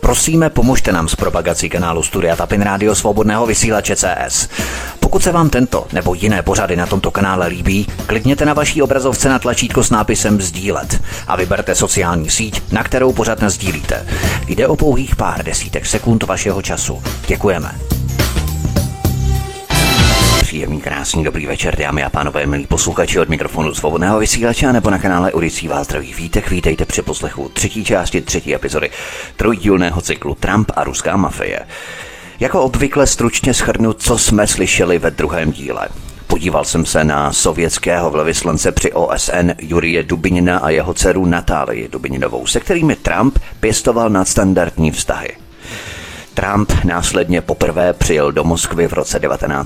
Prosíme, pomožte nám s propagací kanálu Studia Tapin Rádio Svobodného vysílače CS. Pokud se vám tento nebo jiné pořady na tomto kanále líbí, klikněte na vaší obrazovce na tlačítko s nápisem sdílet a vyberte sociální síť, na kterou pořad nasdílíte. Jde o pouhých pár desítek sekund vašeho času. Děkujeme. Příjemný, krásný, dobrý večer, dámy a pánové, milí posluchači, od mikrofonu Svobodného vysílače nebo na kanále Odysee vás zdraví Vítek. Vítejte při poslechu třetí části třetí epizody trojdílného cyklu Trump a ruská mafie. Jako obvykle stručně shrnu, co jsme slyšeli ve druhém díle. Podíval jsem se na sovětského velvyslance při OSN Jurije Dubinina a jeho dceru Natálii Dubininovou, se kterými Trump pěstoval nadstandardní vztahy. Trump následně poprvé přijel do Moskvy v roce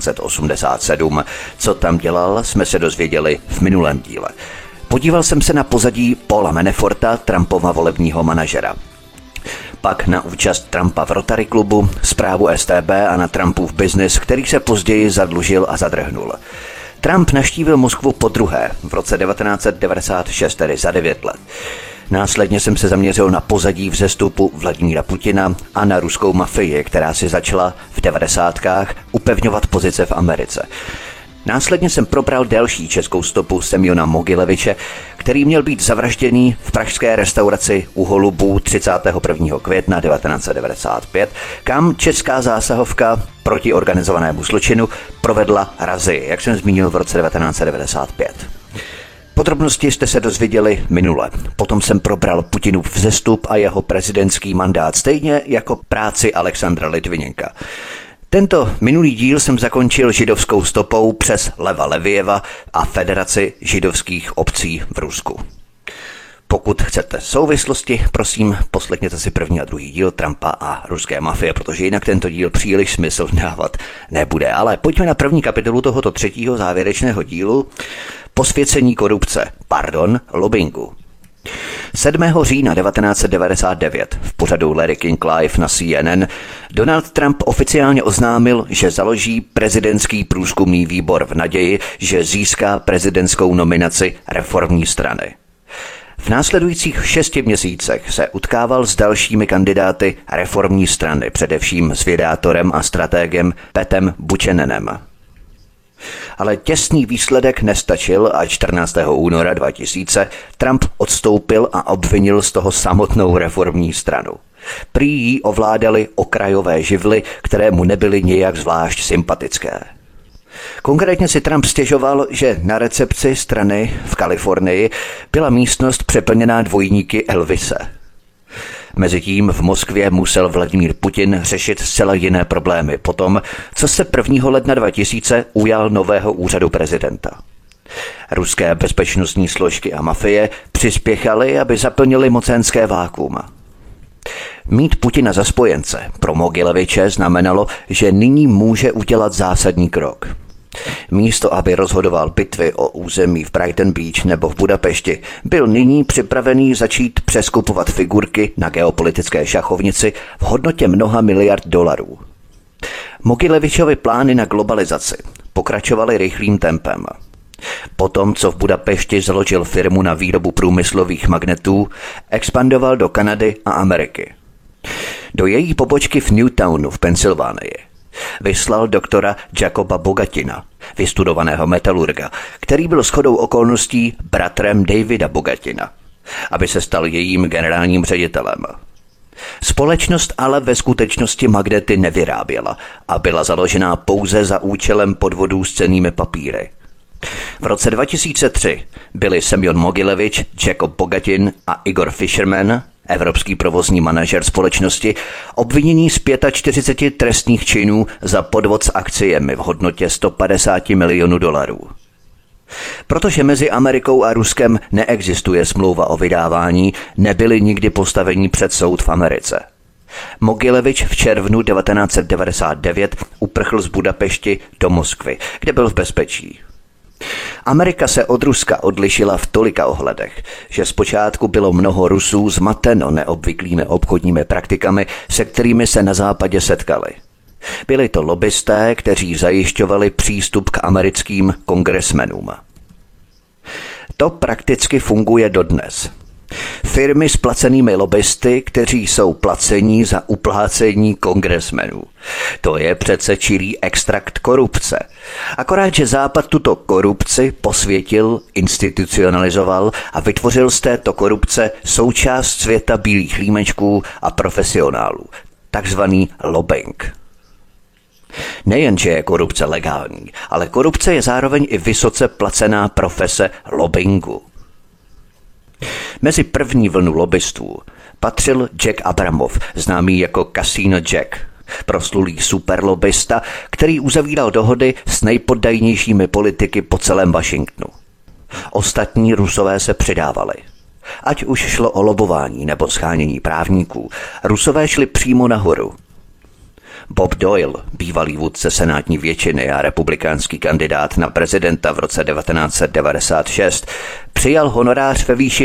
1987. Co tam dělal, jsme se dozvěděli v minulém díle. Podíval jsem se na pozadí Paula Manaforta, Trumpova volebního manažera. Pak na účast Trumpa v Rotary klubu, zprávu STB a na Trumpův biznis, který se později zadlužil a zadrhnul. Trump navštívil Moskvu podruhé v roce 1996, tedy za 9 let. Následně jsem se zaměřil na pozadí vzestupu Vladimíra Putina a na ruskou mafii, která si začala v 90kách upevňovat pozice v Americe. Následně jsem probral delší českou stopu Semjona Mogileviče, který měl být zavražděný v pražské restauraci U Holubů 31. května 1995, kam česká zásahovka proti organizovanému zločinu provedla razy, jak jsem zmínil, v roce 1995. Podrobnosti jste se dozvěděli minule. Potom jsem probral Putinův vzestup a jeho prezidentský mandát, stejně jako práci Alexandra Litviněnka. Tento minulý díl jsem zakončil židovskou stopou přes Leva Levijeva a Federaci židovských obcí v Rusku. Pokud chcete souvislosti, prosím, poslechněte si první a druhý díl Trumpa a ruské mafie, protože jinak tento díl příliš smysl dávat nebude. Ale pojďme na první kapitolu tohoto třetího závěrečného dílu. Posvěcení korupce, lobbingu. 7. října 1999 v pořadu Larry King Live na CNN Donald Trump oficiálně oznámil, že založí prezidentský průzkumný výbor v naději, že získá prezidentskou nominaci reformní strany. V následujících 6 měsících se utkával s dalšími kandidáty reformní strany, především s vědátorem a strategem Petem Buchananem. Ale těsný výsledek nestačil a 14. února 2000 Trump odstoupil a obvinil z toho samotnou reformní stranu. Prý jí ovládaly okrajové živly, které mu nebyly nijak zvlášť sympatické. Konkrétně si Trump stěžoval, že na recepci strany v Kalifornii byla místnost přeplněná dvojníky Elvise. Mezitím v Moskvě musel Vladimír Putin řešit zcela jiné problémy potom, co se 1. ledna 2000 ujal nového úřadu prezidenta. Ruské bezpečnostní složky a mafie přispěchaly, aby zaplnili mocenské vákuum. Mít Putina za spojence pro Mogileviče znamenalo, že nyní může udělat zásadní krok. Místo, aby rozhodoval bitvy o území v Brighton Beach nebo v Budapešti, byl nyní připravený začít přeskupovat figurky na geopolitické šachovnici v hodnotě mnoha miliard dolarů. Mogilevičovy plány na globalizaci pokračovaly rychlým tempem. Potom, co v Budapešti založil firmu na výrobu průmyslových magnetů, expandoval do Kanady a Ameriky. Do její pobočky v Newtownu v Pensylvánii vyslal doktora Jacoba Bogatina, vystudovaného metalurga, který byl shodou okolností bratrem Davida Bogatina, aby se stal jejím generálním ředitelem. Společnost ale ve skutečnosti magnety nevyráběla a byla založená pouze za účelem podvodů s cennými papíry. V roce 2003 byli Semjon Mogilevič, Jacob Bogatin a Igor Fisherman, evropský provozní manažer společnosti, obvinění z 45 trestných činů za podvod s akciemi v hodnotě 150 milionů dolarů. Protože mezi Amerikou a Ruskem neexistuje smlouva o vydávání, nebyli nikdy postaveni před soud v Americe. Mogilevič v červnu 1999 uprchl z Budapešti do Moskvy, kde byl v bezpečí. Amerika se od Ruska odlišila v tolika ohledech, že zpočátku bylo mnoho Rusů zmateno neobvyklými obchodními praktikami, se kterými se na západě setkali. Byli to lobbysté, kteří zajišťovali přístup k americkým kongresmenům. To prakticky funguje dodnes. Firmy s placenými lobbysty, kteří jsou placení za uplácení kongresmenů. To je přece čirý extrakt korupce. Akorát, že Západ tuto korupci posvětil, institucionalizoval a vytvořil z této korupce součást světa bílých límečků a profesionálů, takzvaný lobbying. Nejenže je korupce legální, ale korupce je zároveň i vysoce placená profese lobbingu. Mezi první vlnu lobbystů patřil Jack Abramov, známý jako Casino Jack, proslulý superlobbysta, který uzavíral dohody s nejpoddajnějšími politiky po celém Washingtonu. Ostatní Rusové se přidávali. Ať už šlo o lobování nebo shánění právníků, Rusové šli přímo nahoru. Bob Doyle, bývalý vůdce senátní většiny a republikánský kandidát na prezidenta v roce 1996, přijal honorář ve výši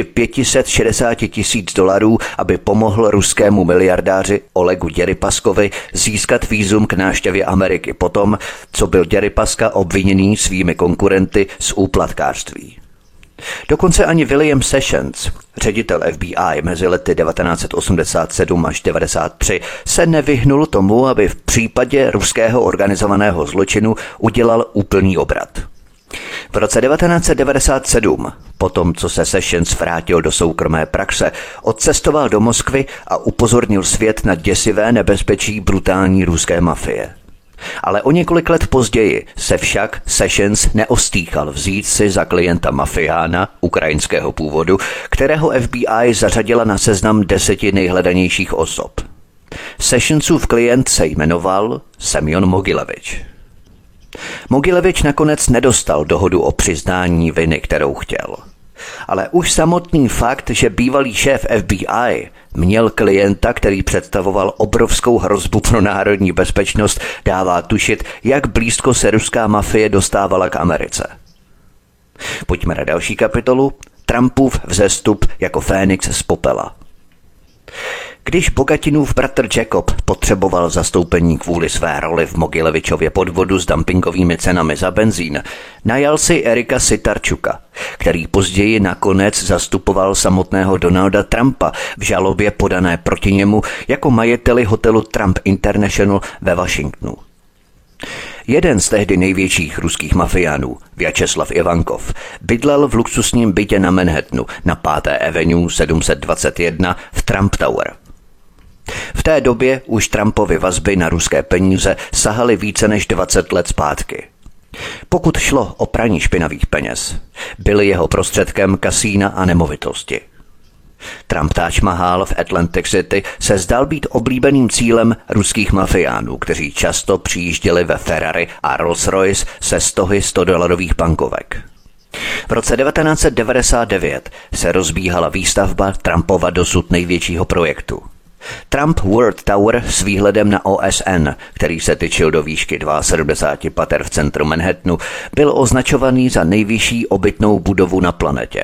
$560,000, aby pomohl ruskému miliardáři Olegu Děripaskovi získat vízum k návštěvě Ameriky potom, co byl Děripaska obviněný svými konkurenty z úplatkářství. Dokonce ani William Sessions, ředitel FBI mezi lety 1987 až 1993, se nevyhnul tomu, aby v případě ruského organizovaného zločinu udělal úplný obrat. V roce 1997, potom co se Sessions vrátil do soukromé praxe, odcestoval do Moskvy a upozornil svět na děsivé nebezpečí brutální ruské mafie. Ale o několik let později se však Sessions neostýchal vzít si za klienta mafiána ukrajinského původu, kterého FBI zařadila na seznam 10 nejhledanějších osob. Sessionsův klient se jmenoval Semjon Mogilevič. Mogilevič nakonec nedostal dohodu o přiznání viny, kterou chtěl. Ale už samotný fakt, že bývalý šéf FBI měl klienta, který představoval obrovskou hrozbu pro národní bezpečnost, dává tušit, jak blízko se ruská mafie dostávala k Americe. Pojďme na další kapitolu. Trumpův vzestup jako Fénix z popela. Když Bogatinův bratr Jacob potřeboval zastoupení kvůli své roli v Mogilevičově podvodu s dumpingovými cenami za benzín, najal si Erika Sitarčuka, který později nakonec zastupoval samotného Donalda Trumpa v žalobě podané proti němu jako majiteli hotelu Trump International ve Washingtonu. Jeden z tehdy největších ruských mafiánů, Vjačeslav Ivankov, bydlel v luxusním bytě na Manhattanu na 5. Avenue 721 v Trump Tower. V té době už Trumpovy vazby na ruské peníze sahaly více než 20 let zpátky. Pokud šlo o praní špinavých peněz, byly jeho prostředkem kasína a nemovitosti. Trump Taj Mahal v Atlantic City se zdal být oblíbeným cílem ruských mafiánů, kteří často přijížděli ve Ferrari a Rolls-Royce se stohy $100 bankovek. V roce 1999 se rozbíhala výstavba Trumpova dosud největšího projektu. Trump World Tower s výhledem na OSN, který se tyčil do výšky 72 pater v centru Manhattanu, byl označovaný za nejvyšší obytnou budovu na planetě.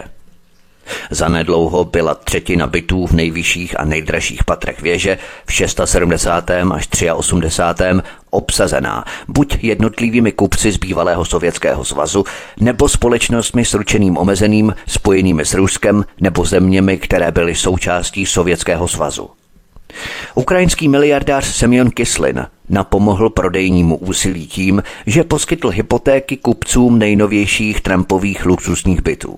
Zanedlouho byla třetina bytů v nejvyšších a nejdražších patrech věže v 76. až 83. obsazená buď jednotlivými kupci z bývalého Sovětského svazu, nebo společnostmi s ručením omezeným spojenými s Ruskem nebo zeměmi, které byly součástí Sovětského svazu. Ukrajinský miliardář Semjon Kislin napomohl prodejnímu úsilí tím, že poskytl hypotéky kupcům nejnovějších Trumpových luxusních bytů.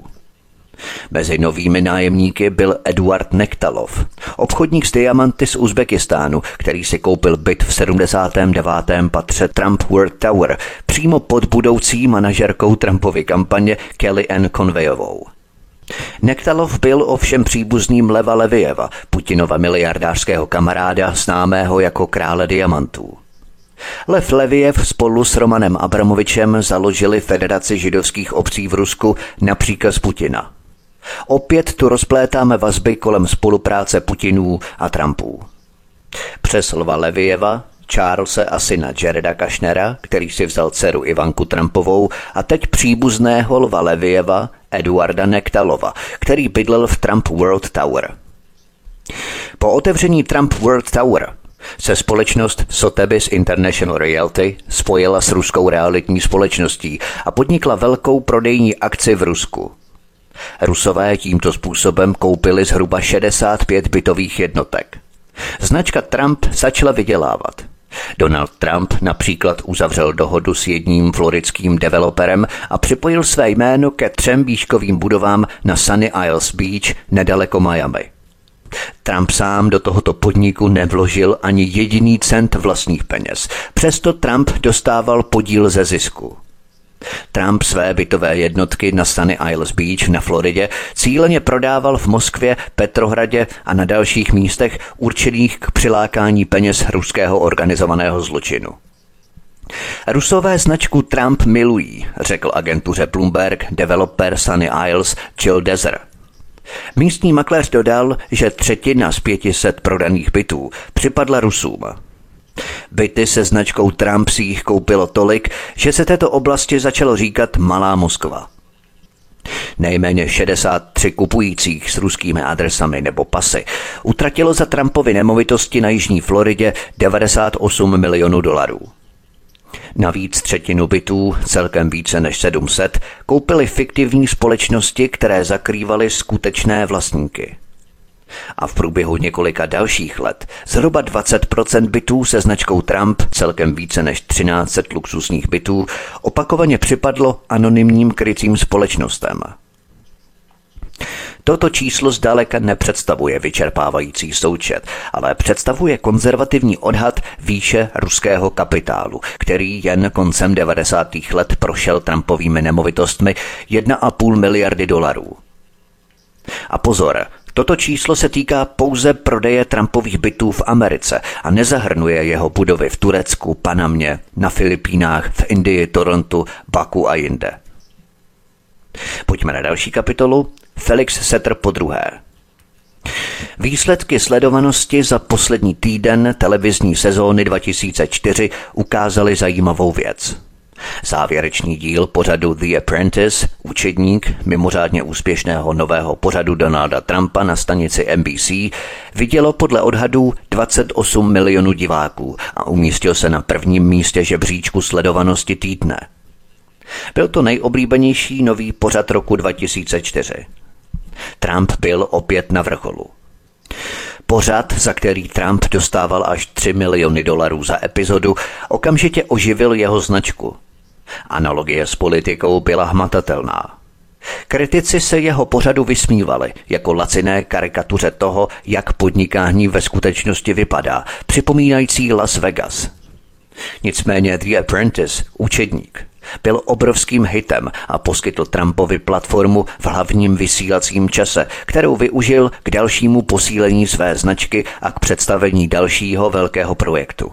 Mezi novými nájemníky byl Eduard Nektalov, obchodník s diamanty z Uzbekistánu, který si koupil byt v 79. patře Trump World Tower přímo pod budoucí manažerkou Trumpovy kampaně Kellyanne Conwayovou. Nektalov byl ovšem příbuzným Leva Levijeva, Putinova miliardářského kamaráda známého jako krále diamantů. Lev Levijev spolu s Romanem Abramovičem založili Federaci židovských obcí v Rusku na příkaz Putina. Opět tu rozplétáme vazby kolem spolupráce Putinů a Trumpů. Přes Lva Levijeva, Charlese a syna Jareda Kushnera, který si vzal dceru Ivanku Trumpovou, a teď příbuzného Lva Levijeva, Eduarda Nektalova, který bydlel v Trump World Tower. Po otevření Trump World Tower se společnost Sotheby's International Realty spojila s ruskou realitní společností a podnikla velkou prodejní akci v Rusku. Rusové tímto způsobem koupili zhruba 65 bytových jednotek. Značka Trump začala vydělávat. Donald Trump například uzavřel dohodu s jedním floridským developerem a připojil své jméno ke 3 výškovým budovám na Sunny Isles Beach nedaleko Miami. Trump sám do tohoto podniku nevložil ani jediný cent vlastních peněz, přesto Trump dostával podíl ze zisku. Trump své bytové jednotky na Sunny Isles Beach na Floridě cíleně prodával v Moskvě, Petrohradě a na dalších místech určených k přilákání peněz ruského organizovaného zločinu. Rusové značku Trump milují, řekl agentuře Bloomberg developer Sunny Isles Jill Dezer. Místní makléř dodal, že 1/3 z 500 prodaných bytů připadla Rusům. Byty se značkou Trump si jich koupilo tolik, že se této oblasti začalo říkat Malá Moskva. Nejméně 63 kupujících s ruskými adresami nebo pasy utratilo za Trumpovy nemovitosti na jižní Floridě $98 milionů. Navíc 1/3 bytů, celkem více než 700, koupily fiktivní společnosti, které zakrývaly skutečné vlastníky. A v průběhu několika dalších let zhruba 20% bytů se značkou Trump, celkem více než 1300 luxusních bytů, opakovaně připadlo anonymním krycím společnostem. Toto číslo zdaleka nepředstavuje vyčerpávající součet, ale představuje konzervativní odhad výše ruského kapitálu, který jen koncem 90. let prošel Trumpovými nemovitostmi $1,5 miliardy. A pozor, toto číslo se týká pouze prodeje Trumpových bytů v Americe a nezahrnuje jeho budovy v Turecku, Panamě, na Filipínách, v Indii, Torontu, Baku a jinde. Pojďme na další kapitolu. Felix Sater podruhé. Výsledky sledovanosti za poslední týden televizní sezóny 2004 ukázaly zajímavou věc. Závěrečný díl pořadu The Apprentice, učedník mimořádně úspěšného nového pořadu Donalda Trumpa na stanici NBC, vidělo podle odhadů 28 milionů diváků a umístil se na prvním místě žebříčku sledovanosti týdne. Byl to nejoblíbenější nový pořad roku 2004. Trump byl opět na vrcholu. Pořad, za který Trump dostával až $3 miliony za epizodu, okamžitě oživil jeho značku. Analogie s politikou byla hmatatelná. Kritici se jeho pořadu vysmívali jako laciné karikatuře toho, jak podnikání ve skutečnosti vypadá, připomínající Las Vegas. Nicméně The Apprentice, učedník, byl obrovským hitem a poskytl Trumpovi platformu v hlavním vysílacím čase, kterou využil k dalšímu posílení své značky a k představení dalšího velkého projektu.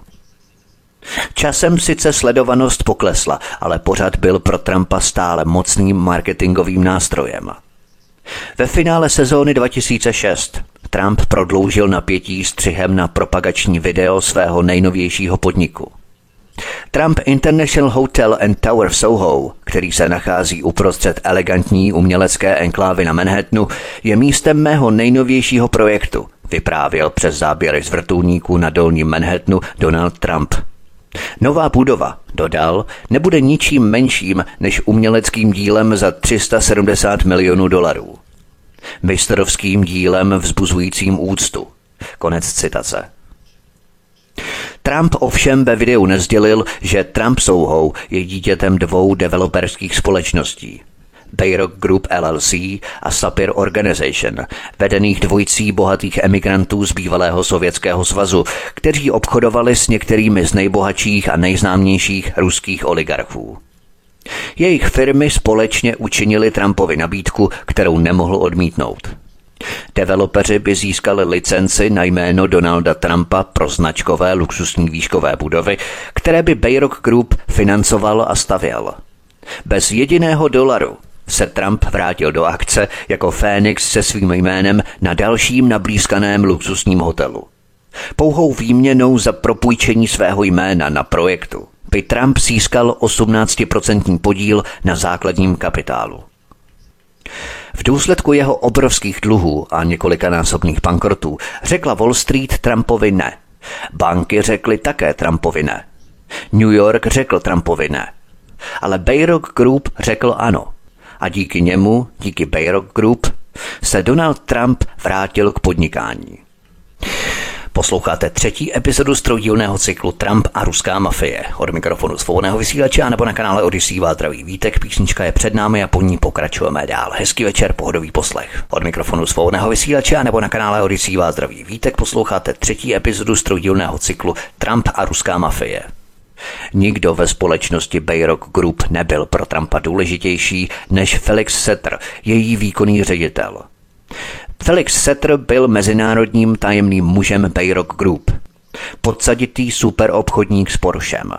Časem sice sledovanost poklesla, ale pořad byl pro Trumpa stále mocným marketingovým nástrojem. Ve finále sezóny 2006 Trump prodloužil napětí střihem na propagační video svého nejnovějšího podniku. Trump International Hotel and Tower v Soho, který se nachází uprostřed elegantní umělecké enklávy na Manhattanu, je místem mého nejnovějšího projektu, vyprávěl přes záběry z vrtulníků na dolním Manhattanu Donald Trump. Nová budova, dodal, nebude ničím menším než uměleckým dílem za $370 milionů. Mistrovským dílem vzbuzujícím úctu. Konec citace. Trump ovšem ve videu nesdělil, že Trump Soho je dítětem 2 developerských společností. Bayrock Group LLC a Sapir Organization, vedených dvojicí bohatých emigrantů z bývalého Sovětského svazu, kteří obchodovali s některými z nejbohatších a nejznámějších ruských oligarchů. Jejich firmy společně učinili Trumpovi nabídku, kterou nemohl odmítnout. Developeři by získali licenci na jméno Donalda Trumpa pro značkové luxusní výškové budovy, které by Bayrock Group financoval a stavěl. Bez jediného $1 se Trump vrátil do akce jako Fénix se svým jménem na dalším nablýskaném luxusním hotelu. Pouhou výměnou za propůjčení svého jména na projektu by Trump získal 18% podíl na základním kapitálu. V důsledku jeho obrovských dluhů a několikanásobných bankrotů řekla Wall Street Trumpovi ne. Banky řekly také Trumpovi ne. New York řekl Trumpovi ne. Ale Bayrock Group řekl ano. a díky němu, díky Bayrock Group, se Donald Trump vrátil k podnikání. Posloucháte 3. epizodu z trojdílného cyklu Trump a ruská mafie. Od mikrofonu svobodného vysílače a nebo na kanále Odyssey vás zdraví Vítek. Písnička je před námi a po ní pokračujeme dál. Hezký večer, pohodový poslech. Od mikrofonu svobodného vysílače a nebo na kanále Odyssey vás zdraví Vítek. Posloucháte 3. epizodu z trojdílného cyklu Trump a ruská mafie. Nikdo ve společnosti Bayrock Group nebyl pro Trumpa důležitější než Felix Sater, její výkonný ředitel. Felix Sater byl mezinárodním tajemným mužem Bayrock Group, podsaditý superobchodník s Porschem.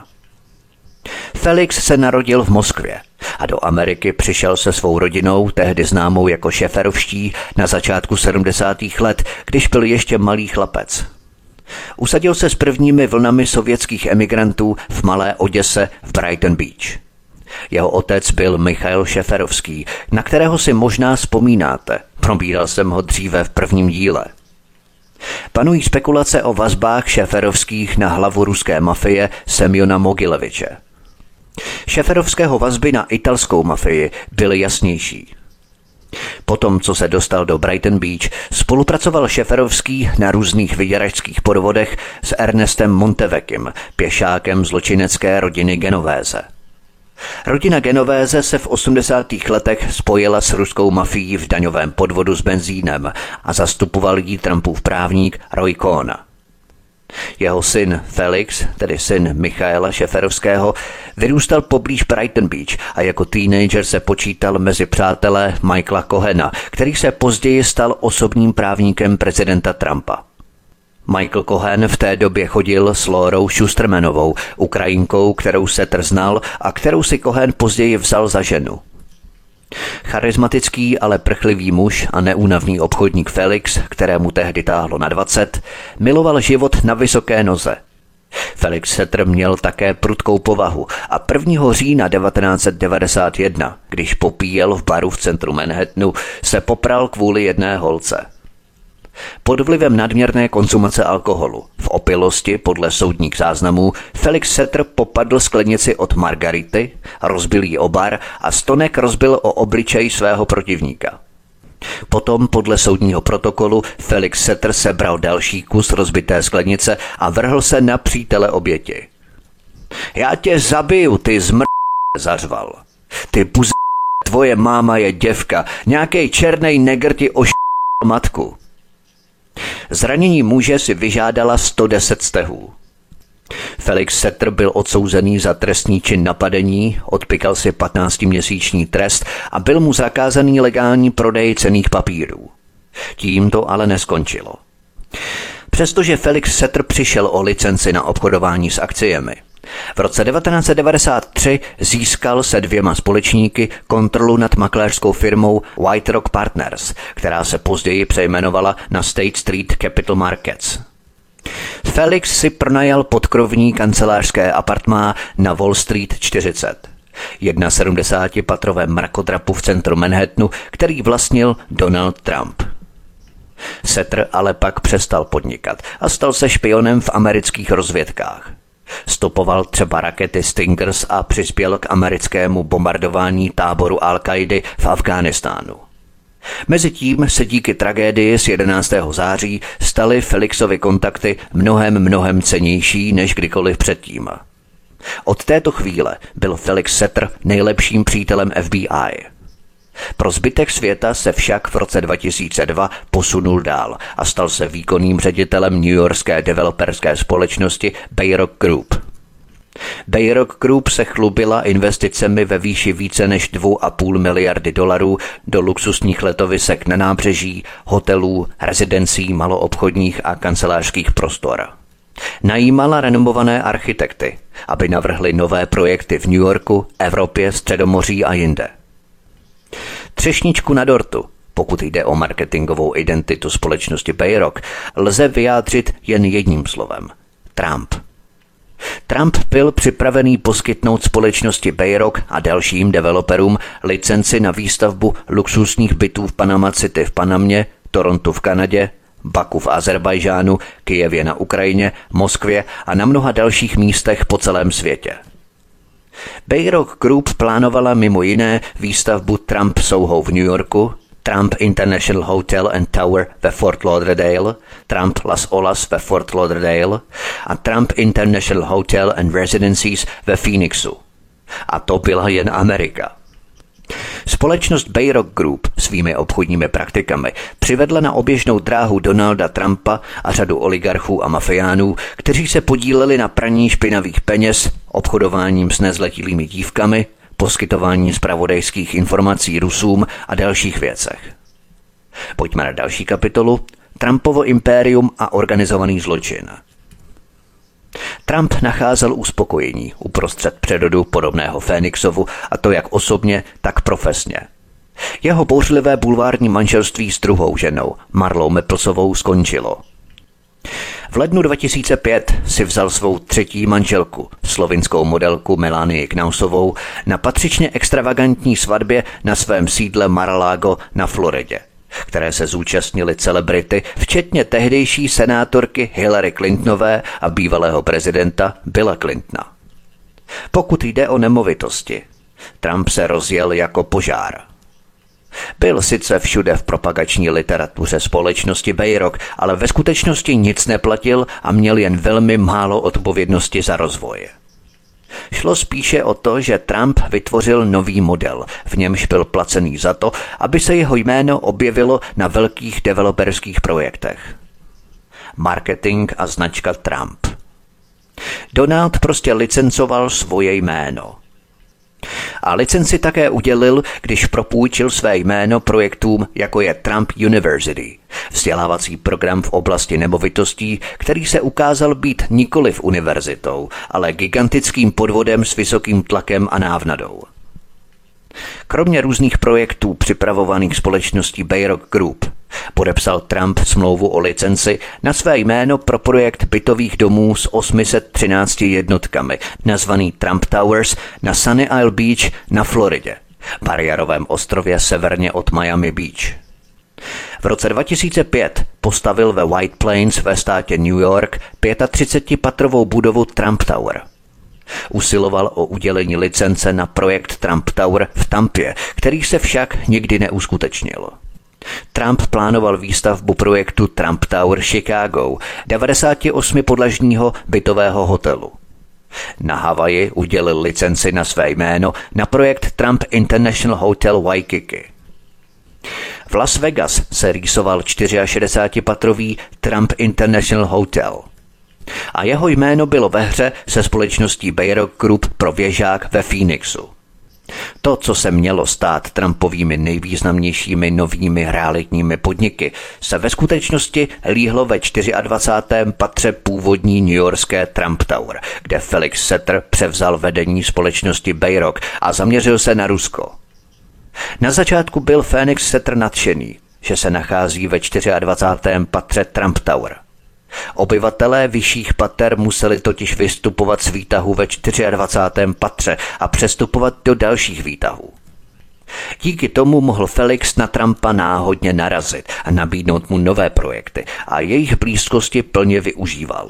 Felix se narodil v Moskvě a do Ameriky přišel se svou rodinou, tehdy známou jako šeferovští, na začátku 70. let, když byl ještě malý chlapec. Usadil se s prvními vlnami sovětských emigrantů v malé Oděse v Brighton Beach. Jeho otec byl Michail Šeferovský, na kterého si možná vzpomínáte. Probíral jsem ho dříve v prvním díle. Panují spekulace o vazbách Šeferovských na hlavu ruské mafie Semjona Mogileviče. Šeferovského vazby na italskou mafii byly jasnější. Potom, co se dostal do Brighton Beach, spolupracoval Šeferovský na různých vyděračských podvodech s Ernestem Montevecchim, pěšákem zločinecké rodiny Genovéze. Rodina Genovéze se v 80. letech spojila s ruskou mafií v daňovém podvodu s benzínem a zastupoval jí Trumpův právník Roy Cohn. Jeho syn Felix, tedy syn Michaela Šeferovského, vyrůstal poblíž Brighton Beach a jako teenager se počítal mezi přátelé Michaela Cohena, který se později stal osobním právníkem prezidenta Trumpa. Michael Cohen v té době chodil s Laurou Schustermanovou, Ukrajinkou, kterou Sater znal a kterou si Cohen později vzal za ženu. Charismatický, ale prchlivý muž a neúnavný obchodník Felix, kterému tehdy táhlo na 20, miloval život na vysoké noze. Felix Sater měl také prudkou povahu a 1. října 1991, když popíjel v baru v centru Manhattanu, se popral kvůli jedné holce. Pod vlivem nadměrné konzumace alkoholu, v opilosti podle soudních záznamů, Felix Sater popadl sklenici od Margarity, rozbil jí o bar a stonek rozbil o obličej svého protivníka. Potom podle soudního protokolu Felix Sater sebral další kus rozbité sklenice a vrhl se na přítele oběti. Já tě zabiju, ty zařval. Ty tvoje máma je děvka, nějakej černej negr ti matku. Zranění muže si vyžádala 110 stehů. Felix Sater byl odsouzený za trestný čin napadení, odpykal si 15měsíční trest a byl mu zakázaný legální prodej cenných papírů. Tím to ale neskončilo. Přestože Felix Sater přišel o licenci na obchodování s akciemi, v roce 1993 získal se 2 společníky kontrolu nad makléřskou firmou White Rock Partners, která se později přejmenovala na State Street Capital Markets. Felix si pronajal podkrovní kancelářské apartmá na Wall Street 40, 71-patrovém mrakodrapu v centru Manhattanu, který vlastnil Donald Trump. Sater ale pak přestal podnikat a stal se špionem v amerických rozvědkách. Stopoval třeba rakety Stingers a přispěl k americkému bombardování táboru Al-Kaidy v Afghánistánu. Mezitím se díky tragédii z 11. září staly Felixovy kontakty mnohem cennější než kdykoliv předtím. Od této chvíle byl Felix Sater nejlepším přítelem FBI. Pro zbytek světa se však v roce 2002 posunul dál a stal se výkonným ředitelem newyorské developerské společnosti Bayrock Group. Bayrock Group se chlubila investicemi ve výši více než $2,5 miliardy do luxusních letovisek na nábřeží, hotelů, rezidencí, maloobchodních a kancelářských prostor. Najímala renomované architekty, aby navrhli nové projekty v New Yorku, Evropě, Středomoří a jinde. Třešničku na dortu, pokud jde o marketingovou identitu společnosti Bayrock, lze vyjádřit jen jedním slovem – Trump. Trump byl připravený poskytnout společnosti Bayrock a dalším developerům licenci na výstavbu luxusních bytů v Panama City v Panamě, Torontu v Kanadě, Baku v Azerbajdžánu, Kyjevě na Ukrajině, Moskvě a na mnoha dalších místech po celém světě. Bayrock Group plánovala mimo jiné výstavbu Trump Soho v New Yorku, Trump International Hotel and Tower ve Fort Lauderdale, Trump Las Olas ve Fort Lauderdale a Trump International Hotel and Residences ve Phoenixu. A to byla jen Amerika. Společnost Bayrock Group svými obchodními praktikami přivedla na oběžnou dráhu Donalda Trumpa a řadu oligarchů a mafiánů, kteří se podíleli na praní špinavých peněz, obchodováním s nezletilými dívkami, poskytování zpravodajských informací Rusům a dalších věcech. Pojďme na další kapitolu. Trumpovo impérium a organizovaný zločin. Trump nacházel uspokojení uprostřed předodu podobného Fénixovu, a to jak osobně, tak profesně. Jeho bouřlivé bulvární manželství s druhou ženou, Marlou Mapplesovou, skončilo. V lednu 2005 si vzal svou třetí manželku, slovinskou modelku Melanii Knausovou, na patřičně extravagantní svatbě na svém sídle Mar-a-Lago na Floridě, které se zúčastnili celebrity, včetně tehdejší senátorky Hillary Clintonové a bývalého prezidenta Billa Clintona. Pokud jde o nemovitosti, Trump se rozjel jako požár. Byl sice všude v propagační literatuře společnosti Bayrock, ale ve skutečnosti nic neplatil a měl jen velmi málo odpovědnosti za rozvoj. Šlo spíše o to, že Trump vytvořil nový model, v němž byl placený za to, aby se jeho jméno objevilo na velkých developerských projektech. Marketing a značka Trump. Donald prostě licencoval svoje jméno. A licenci také udělil, když propůjčil své jméno projektům, jako je Trump University, vzdělávací program v oblasti nemovitostí, který se ukázal být nikoliv univerzitou, ale gigantickým podvodem s vysokým tlakem a návnadou. Kromě různých projektů připravovaných společností Bayrock Group podepsal Trump smlouvu o licenci na své jméno pro projekt bytových domů s 813 jednotkami, nazvaný Trump Towers na Sunny Isle Beach na Floridě, bariérovém ostrově severně od Miami Beach. V roce 2005 postavil ve White Plains ve státě New York 35patrovou budovu Trump Tower. Usiloval o udělení licence na projekt Trump Tower v Tampě, který se však nikdy neuskutečnil. Trump plánoval výstavbu projektu Trump Tower Chicago, 98podlažního bytového hotelu. Na Havaji udělil licenci na své jméno na projekt Trump International Hotel Waikiki. V Las Vegas se rýsoval 64patrový Trump International Hotel. A jeho jméno bylo ve hře se společností Bayrock Group pro věžák ve Phoenixu. To, co se mělo stát Trumpovými nejvýznamnějšími novými realitními podniky, se ve skutečnosti líhlo ve 24. patře původní newyorské Trump Tower, kde Felix Sater převzal vedení společnosti Bayrock a zaměřil se na Rusko. Na začátku byl Felix Sater nadšený, že se nachází ve 24. patře Trump Tower. Obyvatelé vyšších pater museli totiž vystupovat z výtahu ve 24. patře a přestupovat do dalších výtahů. Díky tomu mohl Felix na Trumpa náhodně narazit a nabídnout mu nové projekty a jejich blízkosti plně využíval.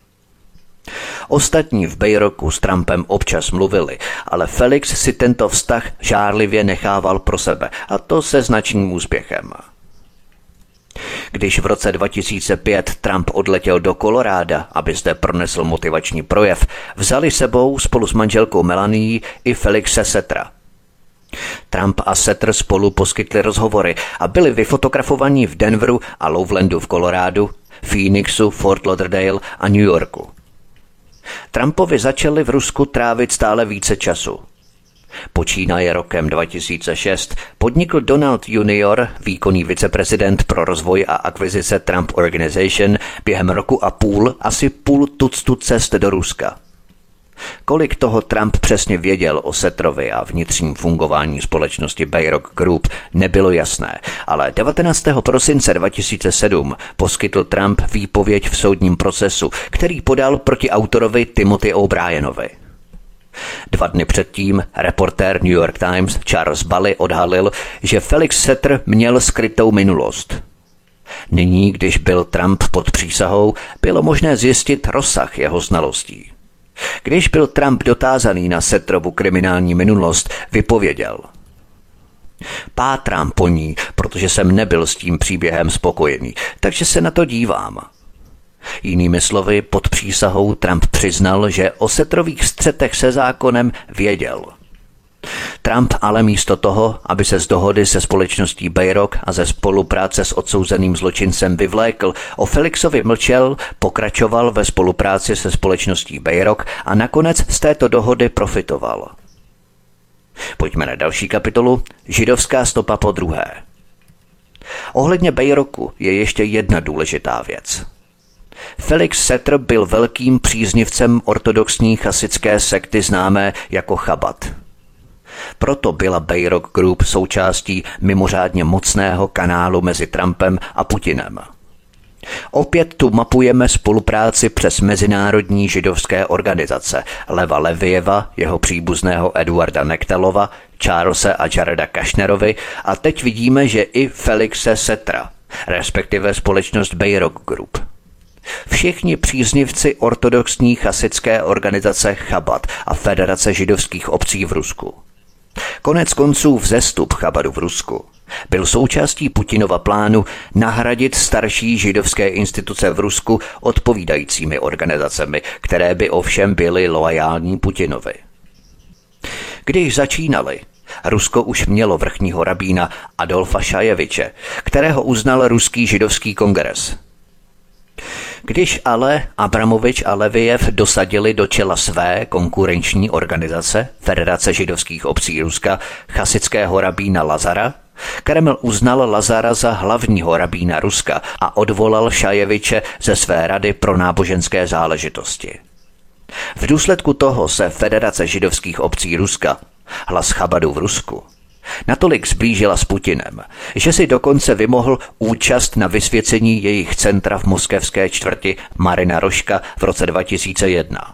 Ostatní v Bayrocku s Trumpem občas mluvili, ale Felix si tento vztah žárlivě nechával pro sebe, a to se značným úspěchem. Když v roce 2005 Trump odletěl do Koloráda, aby zde pronesl motivační projev, vzali sebou spolu s manželkou Melanií i Felixe Satera. Trump a Sater spolu poskytli rozhovory a byli vyfotografovaní v Denveru a Lovelandu v Kolorádu, Phoenixu, Fort Lauderdale a New Yorku. Trumpovi začali v Rusku trávit stále více času. Počínaje rokem 2006 podnikl Donald Jr., výkonný viceprezident pro rozvoj a akvizice Trump Organization, během roku a půl asi půl tuctu cest do Ruska. Kolik toho Trump přesně věděl o Saterovi a vnitřním fungování společnosti Bayrock Group, nebylo jasné, ale 19. prosince 2007 poskytl Trump výpověď v soudním procesu, který podal proti autorovi Timothy O'Brienovi. 2 dny předtím reportér New York Times Charles Bally odhalil, že Felix Sater měl skrytou minulost. Nyní, když byl Trump pod přísahou, bylo možné zjistit rozsah jeho znalostí. Když byl Trump dotázaný na Setterovu kriminální minulost, vypověděl: pátrám po ní, protože jsem nebyl s tím příběhem spokojený, takže se na to dívám. Jinými slovy, pod přísahou Trump přiznal, že o Setterových střetech se zákonem věděl. Trump ale místo toho, aby se z dohody se společností Bayrock a ze spolupráce s odsouzeným zločincem vyvlékl, o Felixovi mlčel, pokračoval ve spolupráci se společností Bayrock a nakonec z této dohody profitoval. Pojďme na další kapitolu, židovská stopa po druhé. Ohledně Bayrocku je ještě jedna důležitá věc. Felix Setter byl velkým příznivcem ortodoxní chasické sekty známé jako Chabad. Proto byla Bayrock Group součástí mimořádně mocného kanálu mezi Trumpem a Putinem. Opět tu mapujeme spolupráci přes mezinárodní židovské organizace Leva Levieva, jeho příbuzného Eduarda Nektalova, Charlese a Jareda Kushnerovi a teď vidíme, že i Felixe Settera, respektive společnost Bayrock Group. Všichni příznivci ortodoxní chasické organizace Chabad a Federace židovských obcí v Rusku. Konec konců vzestup Chabadu v Rusku byl součástí Putinova plánu nahradit starší židovské instituce v Rusku odpovídajícími organizacemi, které by ovšem byly loajální Putinovi. Když začínali, Rusko už mělo vrchního rabína Adolfa Šajeviče, kterého uznal ruský židovský kongres. Když ale Abramovič a Leviev dosadili do čela své konkurenční organizace Federace židovských obcí Ruska chasického rabína Lazara, Kreml uznal Lazara za hlavního rabína Ruska a odvolal Šajeviče ze své rady pro náboženské záležitosti. V důsledku toho se Federace židovských obcí Ruska, hlas Chabadu v Rusku, natolik zblížila s Putinem, že si dokonce vymohl účast na vysvěcení jejich centra v moskevské čtvrti Marina Roška v roce 2001.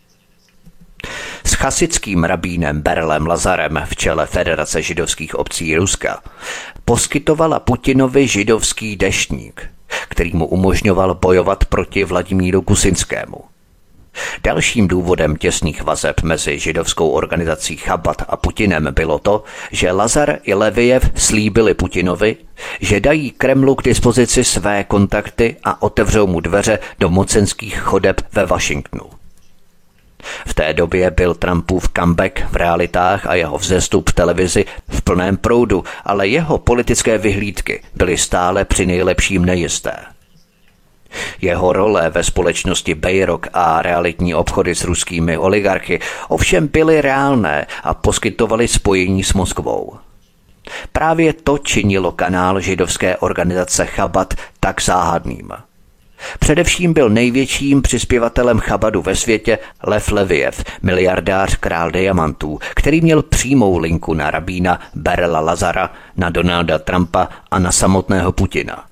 S chasickým rabínem Berlem Lazarem v čele Federace židovských obcí Ruska poskytovala Putinovi židovský deštník, který mu umožňoval bojovat proti Vladimíru Kusinskému. Dalším důvodem těsných vazeb mezi židovskou organizací Chabad a Putinem bylo to, že Lazar i Leviev slíbili Putinovi, že dají Kremlu k dispozici své kontakty a otevřou mu dveře do mocenských chodeb ve Washingtonu. V té době byl Trumpův comeback v realitách a jeho vzestup v televizi v plném proudu, ale jeho politické vyhlídky byly stále při nejlepším nejisté. Jeho role ve společnosti Bayrock a realitní obchody s ruskými oligarchy ovšem byly reálné a poskytovaly spojení s Moskvou. Právě to činilo kanál židovské organizace Chabad tak záhadným. Především byl největším přispěvatelem Chabadu ve světě Lev Leviev, miliardář král diamantů, který měl přímou linku na rabína Berela Lazara, na Donalda Trumpa a na samotného Putina.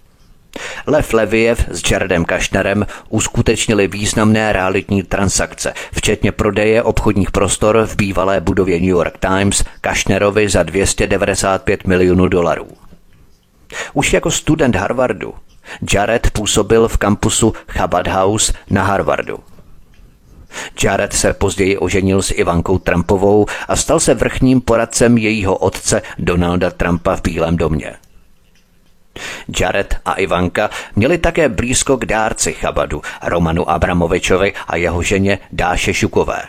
Lev Leviev s Jaredem Kushnerem uskutečnili významné realitní transakce, včetně prodeje obchodních prostor v bývalé budově New York Times Kushnerovi za $295 milionů. Už jako student Harvardu Jared působil v kampusu Chabad House na Harvardu. Jared se později oženil s Ivankou Trumpovou a stal se vrchním poradcem jejího otce Donalda Trumpa v Bílém domě. Jared a Ivanka měli také blízko k dárci Chabadu, Romanu Abramovičovi a jeho ženě Dáše Šukové.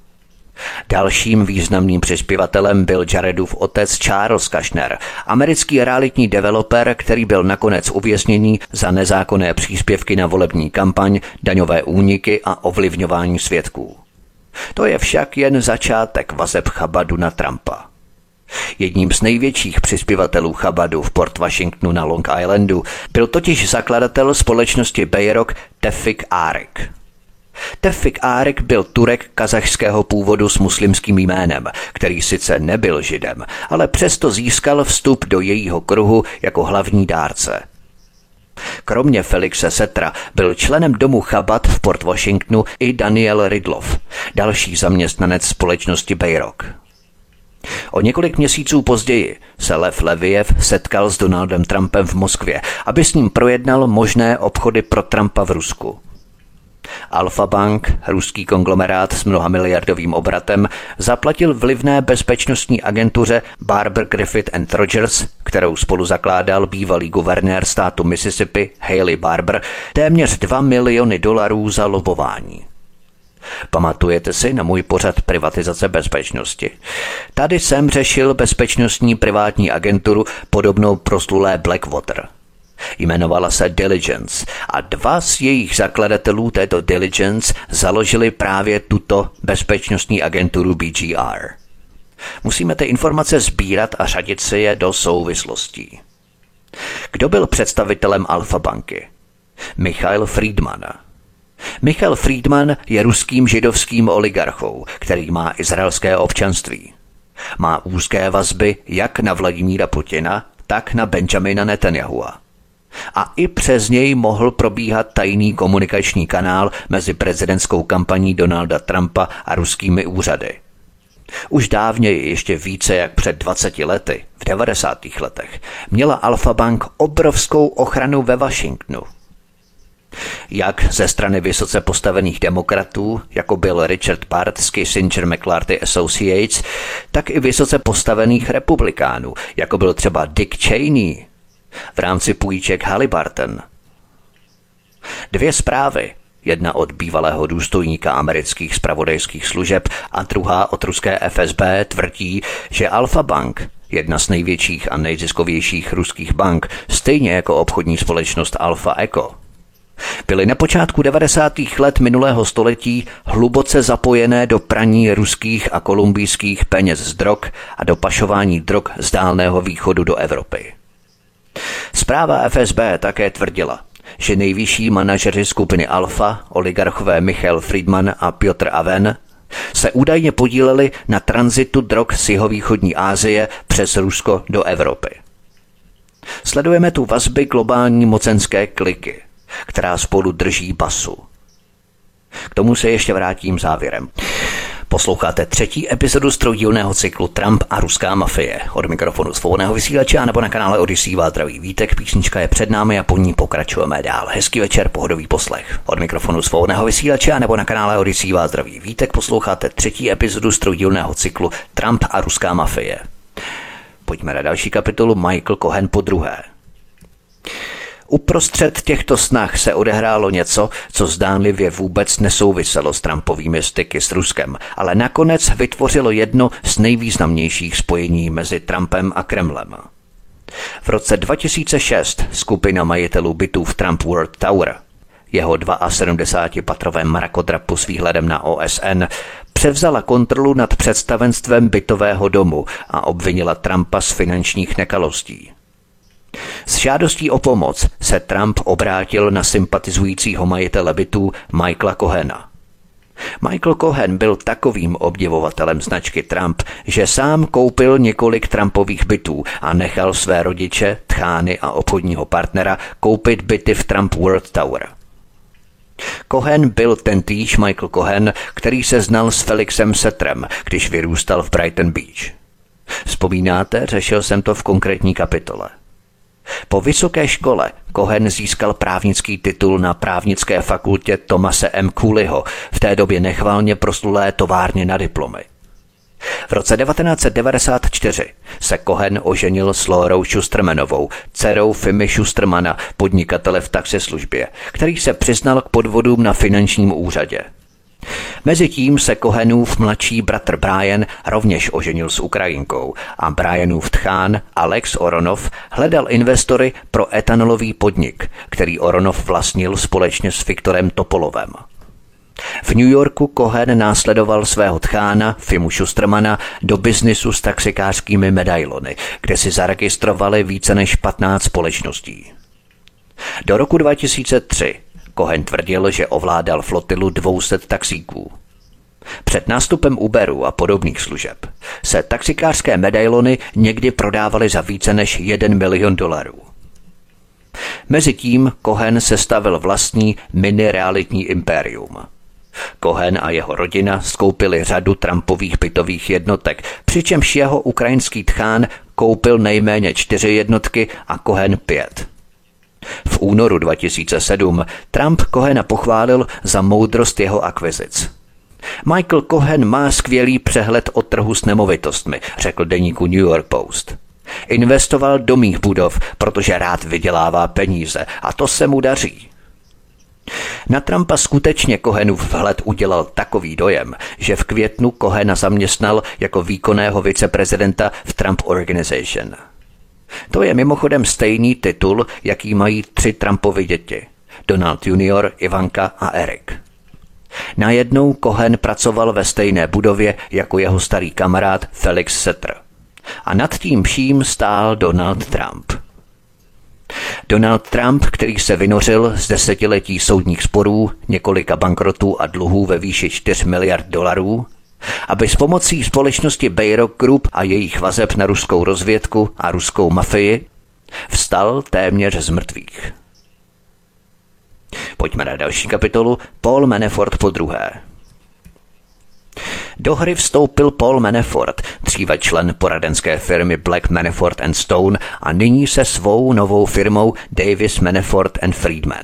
Dalším významným přispěvatelem byl Jaredův otec Charles Kushner, americký realitní developer, který byl nakonec uvězněný za nezákonné příspěvky na volební kampaň, daňové úniky a ovlivňování svědků. To je však jen začátek vazeb Chabadu na Trumpa. Jedním z největších přispěvatelů Chabadu v Port Washingtonu na Long Islandu byl totiž zakladatel společnosti Bayrock Tevfik Arek. Tevfik Arek byl Turek kazachského původu s muslimským jménem, který sice nebyl Židem, ale přesto získal vstup do jejího kruhu jako hlavní dárce. Kromě Felixe Settera byl členem domu Chabad v Port Washingtonu i Daniel Ridlov, další zaměstnanec společnosti Bayrock. O několik měsíců později se Lev Leviev setkal s Donaldem Trumpem v Moskvě, aby s ním projednal možné obchody pro Trumpa v Rusku. Alfa Bank, ruský konglomerát s mnohamiliardovým obratem, zaplatil vlivné bezpečnostní agentuře Barbara Griffith & Rogers, kterou spolu zakládal bývalý guvernér státu Mississippi Haley Barbour, téměř $2 miliony za lobování. Pamatujete si na můj pořad privatizace bezpečnosti? Tady jsem řešil bezpečnostní privátní agenturu podobnou proslulé Blackwater. Jmenovala se Diligence a 2 z jejich zakladatelů této Diligence založili právě tuto bezpečnostní agenturu BGR. Musíme ty informace sbírat a řadit si je do souvislostí. Kdo byl představitelem Alfa banky? Michail Friedman. Michail Friedman je ruským židovským oligarchou, který má izraelské občanství. Má úzké vazby jak na Vladimíra Putina, tak na Benjamina Netanyahua. A i přes něj mohl probíhat tajný komunikační kanál mezi prezidentskou kampaní Donalda Trumpa a ruskými úřady. Už dávněji, ještě více jak před 20 lety, v 90. letech, měla Alfa Bank obrovskou ochranu ve Washingtonu. Jak ze strany vysoce postavených demokratů, jako byl Richard Bart z Kissinger-McClarty Associates, tak i vysoce postavených republikánů, jako byl třeba Dick Cheney v rámci půjček Halliburton. 2 zprávy, jedna od bývalého důstojníka amerických zpravodajských služeb a druhá od ruské FSB, tvrdí, že Alfa Bank, jedna z největších a nejziskovějších ruských bank, stejně jako obchodní společnost Alfa Eco, byly na počátku 90. let minulého století hluboce zapojené do praní ruských a kolumbijských peněz z drog a do pašování drog z Dálného východu do Evropy. Zpráva FSB také tvrdila, že nejvyšší manažeři skupiny Alfa, oligarchové Michail Friedman a Piotr Aven, se údajně podíleli na tranzitu drog z jihovýchodní Asie přes Rusko do Evropy. Sledujeme tu vazby globální mocenské kliky, která spolu drží basu. K tomu se ještě vrátím závěrem. Posloucháte 3. epizodu z trojdílného cyklu Trump a ruská mafie. Od mikrofonu svobodného vysílače a nebo na kanále Odyssey vás zdraví Vítek. Písnička je před námi a po ní pokračujeme dál. Hezký večer, pohodový poslech. Od mikrofonu svobodného vysílače a nebo na kanále Odyssey vás zdraví Vítek. Posloucháte 3. epizodu z trojdílného cyklu Trump a ruská mafie. Pojďme na další kapitolu. Michael Cohen podruhé. Uprostřed těchto snah se odehrálo něco, co zdánlivě vůbec nesouviselo s Trumpovými styky s Ruskem, ale nakonec vytvořilo jedno z nejvýznamnějších spojení mezi Trumpem a Kremlem. V roce 2006 skupina majitelů bytů v Trump World Tower, jeho 72-patrovém mrakodrapu s výhledem na OSN, převzala kontrolu nad představenstvem bytového domu a obvinila Trumpa z finančních nekalostí. S žádostí o pomoc se Trump obrátil na sympatizujícího majitele bytů Michaela Cohena. Michael Cohen byl takovým obdivovatelem značky Trump, že sám koupil několik Trumpových bytů a nechal své rodiče, tchány a obchodního partnera koupit byty v Trump World Tower. Cohen byl tentýž Michael Cohen, který se znal s Felixem Setrem, když vyrůstal v Brighton Beach. Vzpomínáte, řešil jsem to v konkrétní kapitole. Po vysoké škole Cohen získal právnický titul na právnické fakultě Thomase M. Cooleyho, v té době nechvalně proslulé továrně na diplomy. V roce 1994 se Cohen oženil s Laurou Schustermanovou, dcerou Fimy Schustermana, podnikatele v taxislužbě, který se přiznal k podvodům na finančním úřadě. Mezitím se Cohenův mladší bratr Brian rovněž oženil s Ukrajinkou a Brianův tchán Alex Oronov hledal investory pro etanolový podnik, který Oronov vlastnil společně s Viktorem Topolovem. V New Yorku Cohen následoval svého tchána Fimu Schustermana do biznisu s taxikářskými medailony, kde si zaregistrovali více než 15 společností. Do roku 2003 Cohen tvrdil, že ovládal flotilu 200 taxíků. Před nástupem Uberu a podobných služeb se taxikářské medailony někdy prodávaly za více než $1 milion. Mezitím Cohen sestavil vlastní mini-realitní impérium. Cohen a jeho rodina skoupili řadu Trumpových bytových jednotek, přičemž jeho ukrajinský tchán koupil nejméně 4 jednotky a Cohen 5. V únoru 2007 Trump Cohena pochválil za moudrost jeho akvizic. Michael Cohen má skvělý přehled o trhu s nemovitostmi, řekl deníku New York Post. Investoval do mých budov, protože rád vydělává peníze a to se mu daří. Na Trumpa skutečně Cohenův vhled udělal takový dojem, že v květnu Cohena zaměstnal jako výkonného viceprezidenta v Trump Organization. To je mimochodem stejný titul, jaký mají 3 Trumpovy děti. Donald Jr., Ivanka a Eric. Najednou Cohen pracoval ve stejné budově jako jeho starý kamarád Felix Sater. A nad tím vším stál Donald Trump. Donald Trump, který se vynořil z desetiletí soudních sporů, několika bankrotů a dluhů ve výši 4 miliard dolarů, aby s pomocí společnosti Bayrock Group a jejich vazeb na ruskou rozvědku a ruskou mafii vstal téměř z mrtvých. Pojďme na další kapitolu. Paul Manafort podruhé. Do hry vstoupil Paul Manafort, dříve člen poradenské firmy Black Manafort & Stone a nyní se svou novou firmou Davis Manafort & Friedman.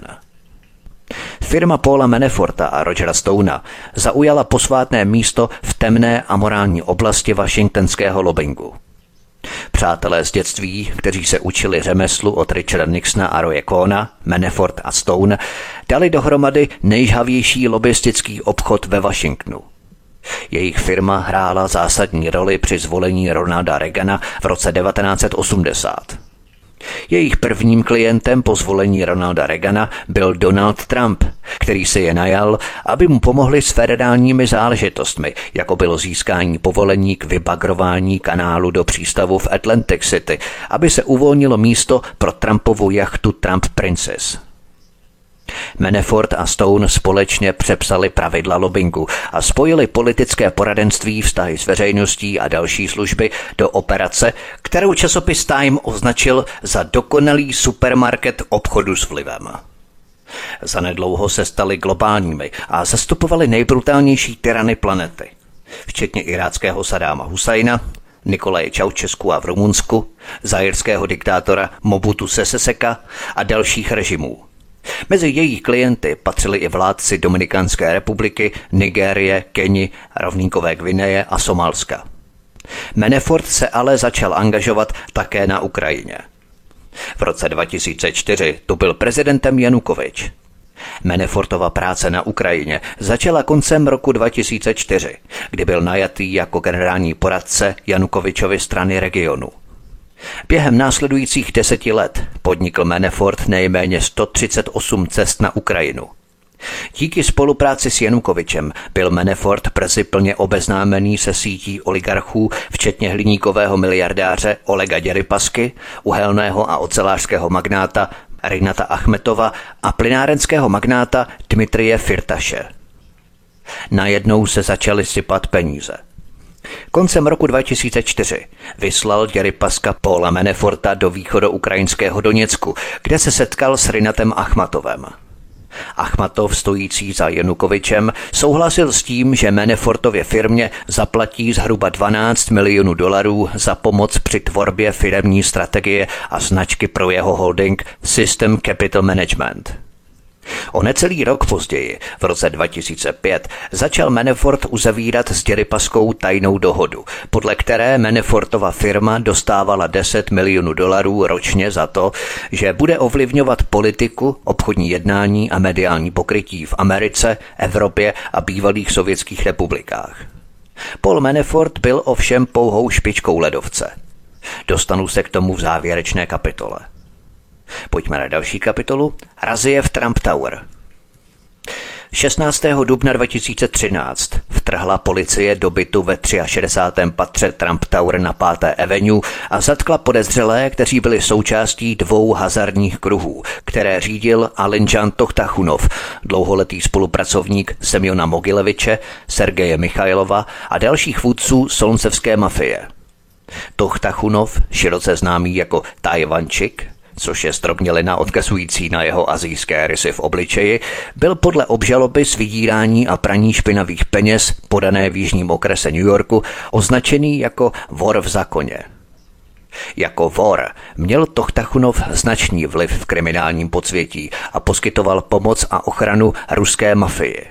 Firma Paula Manaforta a Rogera Stonea zaujala posvátné místo v temné a morální oblasti washingtonského lobbingu. Přátelé z dětství, kteří se učili řemeslu od Richarda Nixona a Roye Cohna, Manafort a Stone, dali dohromady nejžhavější lobbystický obchod ve Washingtonu. Jejich firma hrála zásadní roli při zvolení Ronalda Reagana v roce 1980. Jejich prvním klientem po zvolení Ronalda Reagana byl Donald Trump, který si je najal, aby mu pomohli s federálními záležitostmi, jako bylo získání povolení k vybagrování kanálu do přístavu v Atlantic City, aby se uvolnilo místo pro Trumpovu jachtu Trump Princess. Manafort a Stone společně přepsali pravidla lobbingu a spojili politické poradenství, vztahy s veřejností a další služby do operace, kterou časopis Time označil za dokonalý supermarket obchodu s vlivem. Zanedlouho se stali globálními a zastupovali nejbrutálnější tyrany planety, včetně iráckého Saddáma Husajna, Nikolaje Čaučesku v Rumunsku, zairského diktátora Mobutu Sese Seka a dalších režimů. Mezi jejich klienty patřili i vládci Dominikánské republiky, Nigérie, Keni, rovníkové Gvineje a Somálska. Manafort se ale začal angažovat také na Ukrajině. V roce 2004 tu byl prezidentem Janukovič. Manafortova práce na Ukrajině začala koncem roku 2004, kdy byl najatý jako generální poradce Janukovičovy strany regionu. Během následujících 10 let podnikl Manafort nejméně 138 cest na Ukrajinu. Díky spolupráci s Janukovičem byl Manafort brzy plně obeznámený se sítí oligarchů, včetně hliníkového miliardáře Olega Děripasky, uhelného a ocelářského magnáta Rinata Achmetova a plynárenského magnáta Dmitrije Firtaše. Najednou se začaly sypat peníze. Koncem roku 2004 vyslal Děripaska Paula Manaforta do východoukrajinského Doněcku, kde se setkal s Rinatem Achmatovem. Achmatov, stojící za Janukovičem, souhlasil s tím, že Manafortově firmě zaplatí zhruba 12 milionů dolarů za pomoc při tvorbě firemní strategie a značky pro jeho holding System Capital Management. O necelý rok později, v roce 2005, začal Manafort uzavírat s Děripaskou tajnou dohodu, podle které Manafortova firma dostávala 10 milionů dolarů ročně za to, že bude ovlivňovat politiku, obchodní jednání a mediální pokrytí v Americe, Evropě a bývalých sovětských republikách. Paul Manafort byl ovšem pouhou špičkou ledovce. Dostanu se k tomu v závěrečné kapitole. Pojďme na další kapitolu. Razie v Trump Tower. 16. dubna 2013 vtrhla policie do bytu ve 63. patře Trump Tower na 5. Avenue a zatkla podezřelé, kteří byli součástí 2 hazardních kruhů, které řídil Alinjan Tochtachunov, dlouholetý spolupracovník Semjona Mogileviče, Sergeje Michailova a dalších vůdců solncevské mafie. Tochtachunov, široce známý jako Tajvančik, což je zdrobnělina odkazující na jeho asijské rysy v obličeji, byl podle obžaloby z vydírání a praní špinavých peněz podané v jižním okrese New Yorku označený jako vor v zákoně. Jako vor měl Tochtachunov značný vliv v kriminálním podsvětí a poskytoval pomoc a ochranu ruské mafii.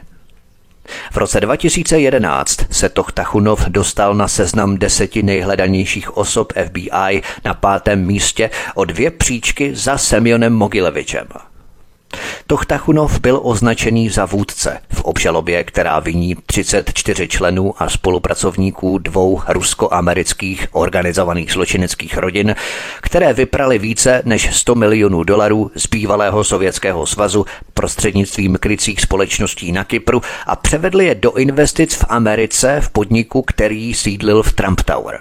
V roce 2011 se Tochtachunov dostal na seznam 10 nejhledanějších osob FBI na 5. místě o 2 příčky za Semjonem Mogilevičem. Tochtachunov byl označený za vůdce v obžalobě, která viní 34 členů a spolupracovníků 2 rusko-amerických organizovaných zločineckých rodin, které vypraly více než $100 milionů z bývalého Sovětského svazu prostřednictvím krycích společností na Kypru a převedly je do investic v Americe v podniku, který sídlil v Trump Tower.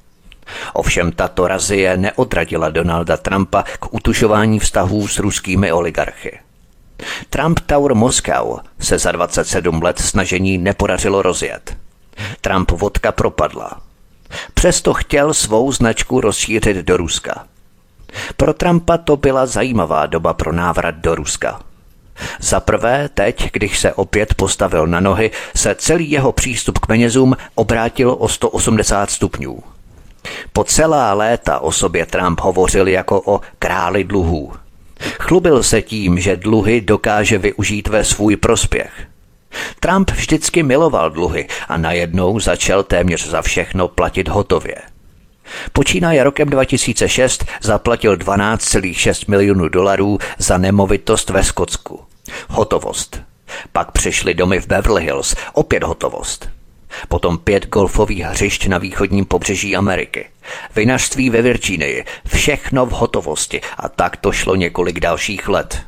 Ovšem tato razie neodradila Donalda Trumpa k utužování vztahů s ruskými oligarchy. Trump Tower Moskau se za 27 let snažení nepodařilo rozjet. Trump vodka propadla. Přesto chtěl svou značku rozšířit do Ruska. Pro Trumpa to byla zajímavá doba pro návrat do Ruska. Za prvé, teď, když se opět postavil na nohy, se celý jeho přístup k penězům obrátil o 180 stupňů. Po celá léta o sobě Trump hovořil jako o králi dluhů. Chlubil se tím, že dluhy dokáže využít ve svůj prospěch. Trump vždycky miloval dluhy a najednou začal téměř za všechno platit hotově. Počínaje rokem 2006 zaplatil $12,6 milionů za nemovitost ve Skotsku. Hotovost. Pak přišly domy v Beverly Hills, opět hotovost. Potom 5 golfových hřišť na východním pobřeží Ameriky. Vinařství ve Virginii, všechno v hotovosti a tak to šlo několik dalších let.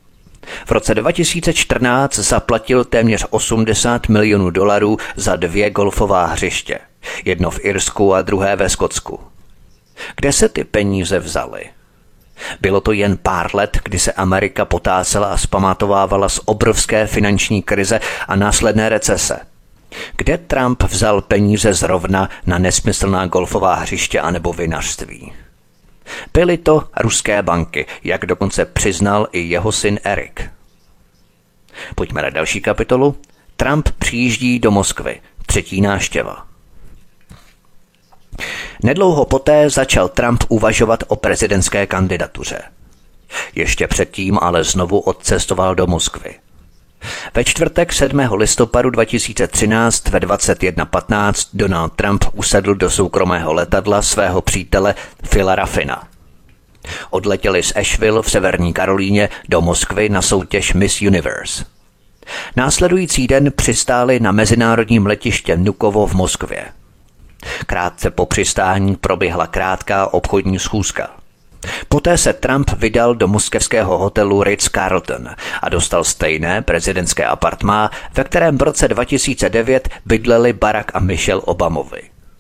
V roce 2014 zaplatil téměř $80 milionů za 2 golfová hřiště. Jedno v Irsku a druhé ve Skotsku. Kde se ty peníze vzaly? Bylo to jen pár let, kdy se Amerika potásela a zpamatovávala z obrovské finanční krize a následné recese. Kde Trump vzal peníze zrovna na nesmyslná golfová hřiště anebo vinařství? Byly to ruské banky, jak dokonce přiznal i jeho syn Erik. Pojďme na další kapitolu. Trump přijíždí do Moskvy. 3. návštěva. Nedlouho poté začal Trump uvažovat o prezidentské kandidatuře. Ještě předtím ale znovu odcestoval do Moskvy. Ve čtvrtek 7. listopadu 2013 ve 21:15 Donald Trump usedl do soukromého letadla svého přítele Phila Ruffina. Odletěli z Asheville v Severní Karolíně do Moskvy na soutěž Miss Universe. Následující den přistáli na mezinárodním letiště Vnukovo v Moskvě. Krátce po přistání proběhla krátká obchodní schůzka. Poté se Trump vydal do moskevského hotelu Ritz-Carlton a dostal stejné prezidentské apartmá, ve kterém v roce 2009 bydleli Barack a Michelle Obamovi.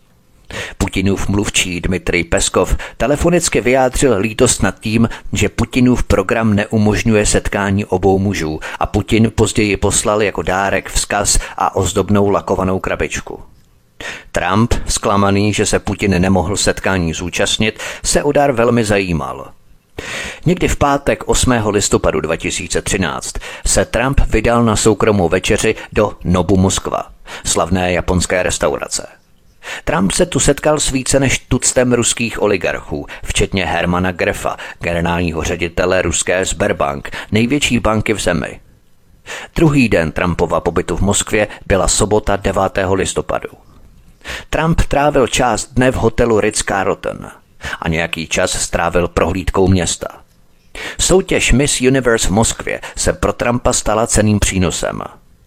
Putinův mluvčí Dmitrij Peskov telefonicky vyjádřil lítost nad tím, že Putinův program neumožňuje setkání obou mužů a Putin později poslal jako dárek vzkaz a ozdobnou lakovanou krabičku. Trump, zklamaný, že se Putin nemohl setkání zúčastnit, se o dar velmi zajímal. Někdy v pátek 8. listopadu 2013 se Trump vydal na soukromou večeři do Nobu Moskva, slavné japonské restaurace. Trump se tu setkal s více než tuctem ruských oligarchů, včetně Hermana Grefa, generálního ředitele ruské Sberbank, největší banky v zemi. Druhý den Trumpova pobytu v Moskvě byla sobota 9. listopadu. Trump trávil část dne v hotelu Ritz-Carlton a nějaký čas strávil prohlídkou města. Soutěž Miss Universe v Moskvě se pro Trumpa stala cenným přínosem.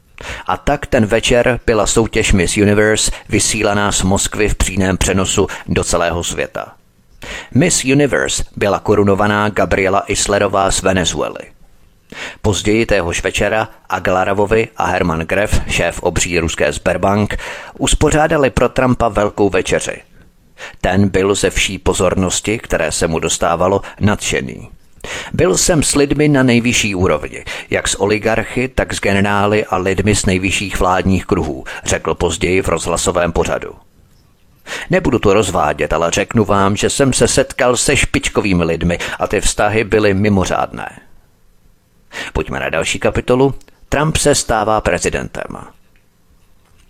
A tak ten večer byla soutěž Miss Universe vysílaná z Moskvy v přímém přenosu do celého světa. Miss Universe byla korunovaná Gabriela Islerová z Venezuely. Později téhož večera Aglaravovi a Herman Gref, šéf obří ruské Sberbank, uspořádali pro Trumpa velkou večeři. Ten byl ze vší pozornosti, které se mu dostávalo, nadšený. Byl jsem s lidmi na nejvyšší úrovni, jak s oligarchy, tak s generály a lidmi z nejvyšších vládních kruhů, řekl později v rozhlasovém pořadu. Nebudu to rozvádět, ale řeknu vám, že jsem se setkal se špičkovými lidmi a ty vztahy byly mimořádné. Pojďme na další kapitolu. Trump se stává prezidentem.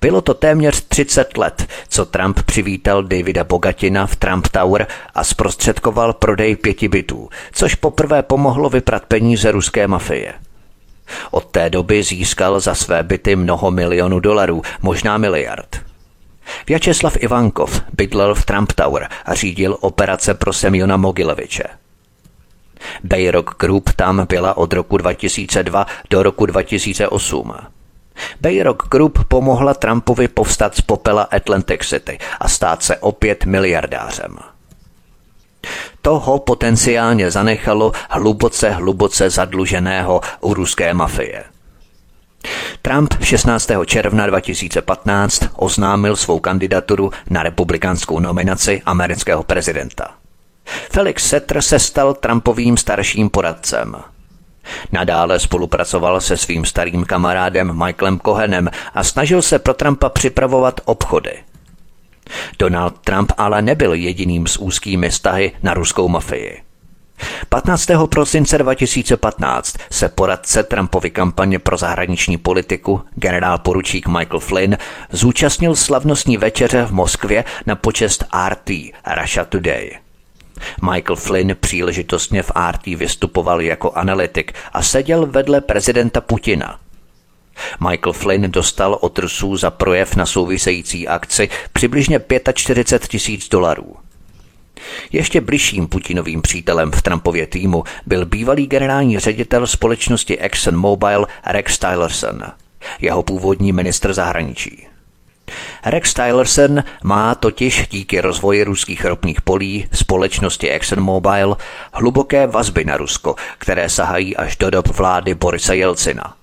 Bylo to téměř 30 let, co Trump přivítal Davida Bogatina v Trump Tower a zprostředkoval prodej 5 bytů, což poprvé pomohlo vyprat peníze ruské mafie. Od té doby získal za své byty mnoho milionů dolarů, možná miliard. Vjačeslav Ivankov bydlel v Trump Tower a řídil operace pro Semjona Mogileviče. Bayrock Group tam byla od roku 2002 do roku 2008. Bayrock Group pomohla Trumpovi povstat z popela Atlantic City a stát se opět miliardářem. To ho potenciálně zanechalo hluboce zadluženého u ruské mafie. Trump 16. června 2015 oznámil svou kandidaturu na republikánskou nominaci amerického prezidenta. Felix Sater se stal Trumpovým starším poradcem. Nadále spolupracoval se svým starým kamarádem Michaelem Cohenem a snažil se pro Trumpa připravovat obchody. Donald Trump ale nebyl jediným s úzkými vztahy na ruskou mafii. 15. prosince 2015 se poradce Trumpovy kampaně pro zahraniční politiku, generál poručík Michael Flynn, zúčastnil slavnostní večeře v Moskvě na počest RT, Russia Today. Michael Flynn příležitostně v RT vystupoval jako analytik a seděl vedle prezidenta Putina. Michael Flynn dostal od Rusů za projev na související akci přibližně $45,000. Ještě bližším Putinovým přítelem v Trumpově týmu byl bývalý generální ředitel společnosti ExxonMobil Rex Tillerson, jeho původní ministr zahraničí. Rex Tillerson má totiž díky rozvoji ruských ropných polí společnosti ExxonMobil hluboké vazby na Rusko, které sahají až do dob vlády Borise Jelcina.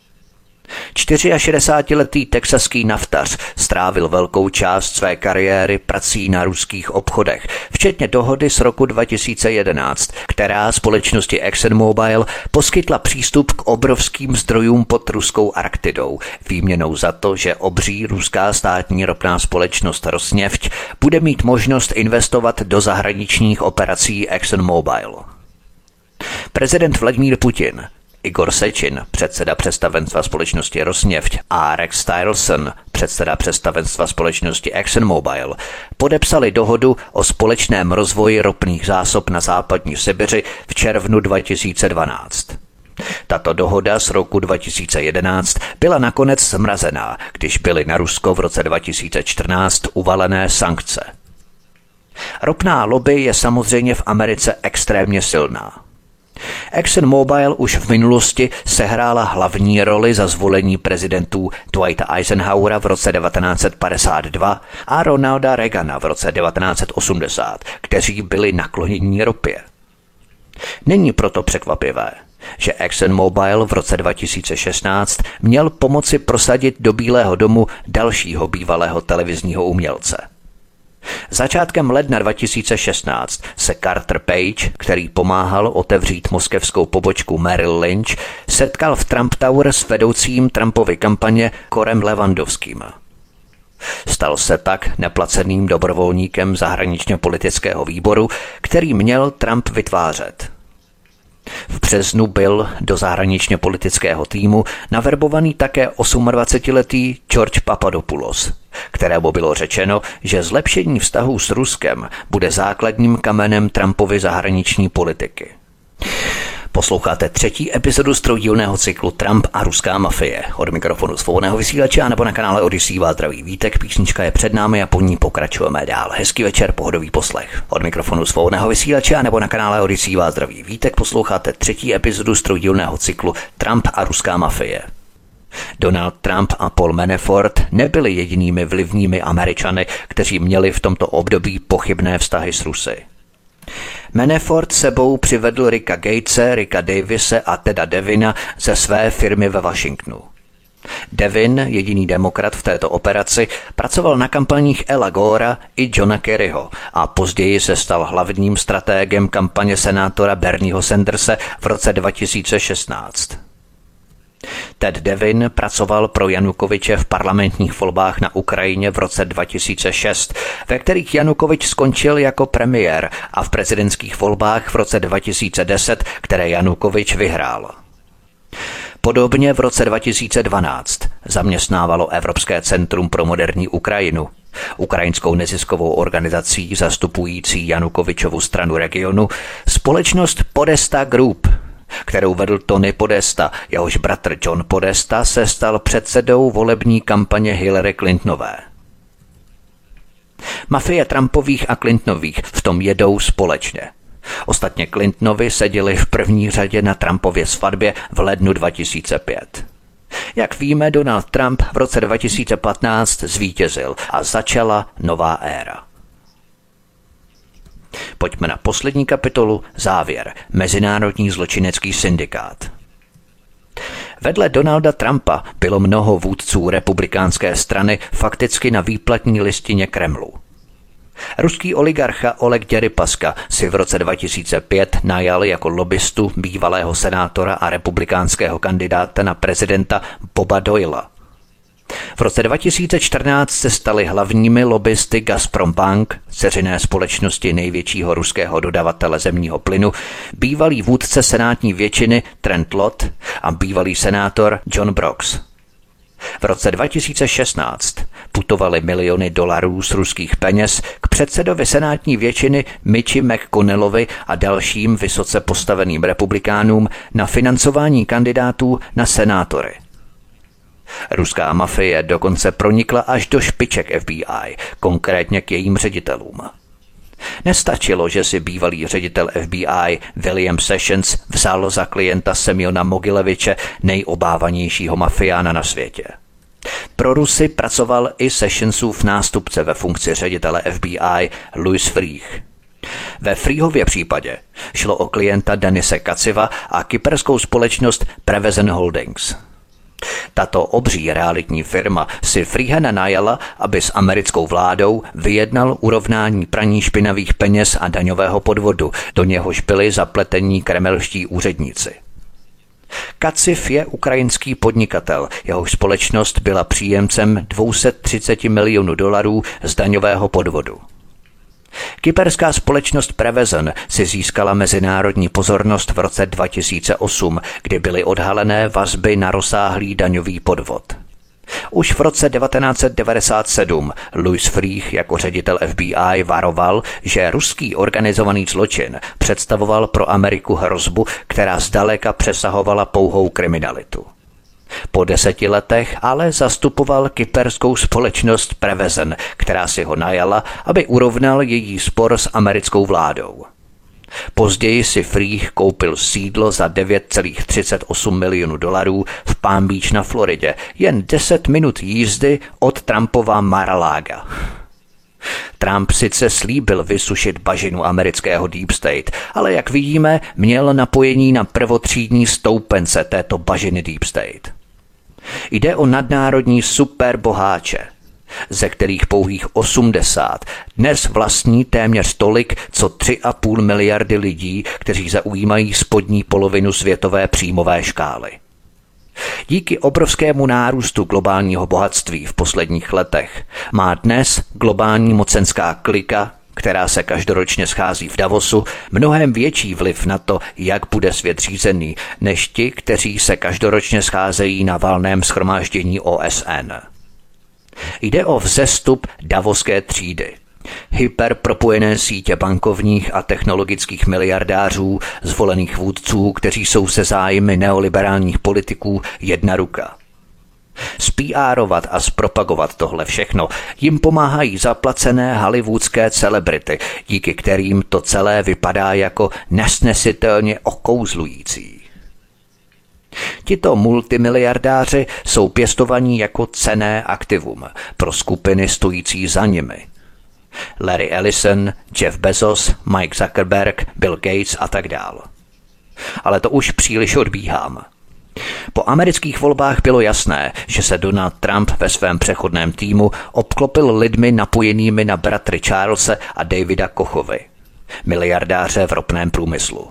64letý texaský naftař strávil velkou část své kariéry prací na ruských obchodech, včetně dohody z roku 2011, která společnosti ExxonMobil poskytla přístup k obrovským zdrojům pod ruskou Arktidou, výměnou za to, že obří ruská státní ropná společnost Rosneft bude mít možnost investovat do zahraničních operací ExxonMobil. Prezident Vladimír Putin, Igor Sečin, předseda představenstva společnosti Rosneft, a Rex Tillerson, předseda představenstva společnosti ExxonMobil, podepsali dohodu o společném rozvoji ropných zásob na západní Sibiři v červnu 2012. Tato dohoda z roku 2011 byla nakonec zmrazená, když byly na Rusko v roce 2014 uvalené sankce. Ropná lobby je samozřejmě v Americe extrémně silná. ExxonMobil už v minulosti sehrála hlavní roli za zvolení prezidentů Dwighta Eisenhowera v roce 1952 a Ronalda Reagana v roce 1980, kteří byli naklonění ropě. Není proto překvapivé, že ExxonMobil v roce 2016 měl pomoci prosadit do Bílého domu dalšího bývalého televizního umělce. Začátkem ledna 2016 se Carter Page, který pomáhal otevřít moskevskou pobočku Merrill Lynch, setkal v Trump Tower s vedoucím Trumpovy kampaně Corem Lewandowským. Stal se tak neplaceným dobrovolníkem zahraničně politického výboru, který měl Trump vytvářet. V březnu byl do zahraničně politického týmu naverbovaný také 28letý George Papadopoulos, kterému bylo řečeno, že zlepšení vztahů s Ruskem bude základním kamenem Trumpovy zahraniční politiky. Posloucháte 3. epizodu z trojdílného cyklu Trump a ruská mafie. Od mikrofonu svobodného vysílače nebo na kanále Odyssey vás zdraví Vítek, písnička je před námi a po ní pokračujeme dál. Hezký večer, pohodový poslech. Od mikrofonu svobodného vysílače nebo na kanále Odyssey vás zdraví Vítek, posloucháte 3. epizodu z trojdílného cyklu Trump a ruská mafie. Donald Trump a Paul Manafort nebyli jedinými vlivnými Američany, kteří měli v tomto období pochybné vztahy s Rusy. Manafort sebou přivedl Ricka Gatese, Ricka Davise a Teda Devina ze své firmy ve Washingtonu. Devin, jediný demokrat v této operaci, pracoval na kampaních Ela Gora i Johna Kerryho a později se stal hlavním stratégem kampaně senátora Bernieho Sanderse v roce 2016. Ted Devin pracoval pro Janukoviče v parlamentních volbách na Ukrajině v roce 2006, ve kterých Janukovič skončil jako premiér, a v prezidentských volbách v roce 2010, které Janukovič vyhrál. Podobně v roce 2012 zaměstnávalo Evropské centrum pro moderní Ukrajinu, ukrajinskou neziskovou organizací zastupující Janukovyčovu stranu regionu, společnost Podesta Group, kterou vedl Tony Podesta, jehož bratr John Podesta se stal předsedou volební kampaně Hillary Clintonové. Mafie Trumpových a Clintonových v tom jedou společně. Ostatně Clintonovi seděli v první řadě na Trumpově svatbě v lednu 2005. Jak víme, Donald Trump v roce 2015 zvítězil a začala nová éra. Pojďme na poslední kapitolu, závěr, Mezinárodní zločinecký syndikát. Vedle Donalda Trumpa bylo mnoho vůdců republikánské strany fakticky na výplatní listině Kremlu. Ruský oligarcha Oleg Děripaska si v roce 2005 najal jako lobistu bývalého senátora a republikánského kandidáta na prezidenta Boba Doyla. V roce 2014 se stali hlavními lobbysty Gazprombank, dceřiné společnosti největšího ruského dodavatele zemního plynu, bývalý vůdce senátní většiny Trent Lott a bývalý senátor John Brooks. V roce 2016 putovaly miliony dolarů z ruských peněz k předsedovi senátní většiny Mitchi McConnellovi a dalším vysoce postaveným republikánům na financování kandidátů na senátory. Ruská mafie dokonce pronikla až do špiček FBI, konkrétně k jejím ředitelům. Nestačilo, že si bývalý ředitel FBI William Sessions vzal za klienta Semjona Mogileviče, nejobávanějšího mafiána na světě. Pro Rusy pracoval i Sessionsův nástupce ve funkci ředitele FBI Louis Freeh. Ve Freehově případě šlo o klienta Denise Kaciva a kyperskou společnost Prevezen Holdings. Tato obří realitní firma si Freehena najala, aby s americkou vládou vyjednal urovnání praní špinavých peněz a daňového podvodu, do něhož byli zapletení kremelští úředníci. Kaciv je ukrajinský podnikatel, jehož společnost byla příjemcem 230 milionů dolarů z daňového podvodu. Kyperská společnost Prevezen si získala mezinárodní pozornost v roce 2008, kdy byly odhalené vazby na rozsáhlý daňový podvod. Už v roce 1997 Louis Freeh jako ředitel FBI varoval, že ruský organizovaný zločin představoval pro Ameriku hrozbu, která zdaleka přesahovala pouhou kriminalitu. Po 10 letech ale zastupoval kyperskou společnost Prevezen, která si ho najala, aby urovnal její spor s americkou vládou. Později si Freeh koupil sídlo za 9,38 milionů dolarů v Palm Beach na Floridě, jen 10 minut jízdy od Trumpova Mar-a-Laga. Trump sice slíbil vysušit bažinu amerického Deep State, ale jak vidíme, měl napojení na prvotřídní stoupence této bažiny Deep State. Jde o nadnárodní superboháče, ze kterých pouhých 80 dnes vlastní téměř tolik, co 3,5 miliardy lidí, kteří zaujímají spodní polovinu světové příjmové škály. Díky obrovskému nárůstu globálního bohatství v posledních letech má dnes globální mocenská klika, která se každoročně schází v Davosu, mnohem větší vliv na to, jak bude svět řízený, než ti, kteří se každoročně scházejí na valném shromáždění OSN. Jde o vzestup davoské třídy. Hyperpropojené sítě bankovních a technologických miliardářů, zvolených vůdců, kteří jsou se zájmy neoliberálních politiků jedna ruka. Spíárovat a zpropagovat tohle všechno jim pomáhají zaplacené hollywoodské celebrity, díky kterým to celé vypadá jako nesnesitelně okouzlující. Tito multimiliardáři jsou pěstovaní jako cenné aktivum pro skupiny stojící za nimi. Larry Ellison, Jeff Bezos, Mike Zuckerberg, Bill Gates a tak dál. Ale to už příliš odbíhám. Po amerických volbách bylo jasné, že se Donald Trump ve svém přechodném týmu obklopil lidmi napojenými na bratry Charlese a Davida Kochovi, miliardáře v ropném průmyslu.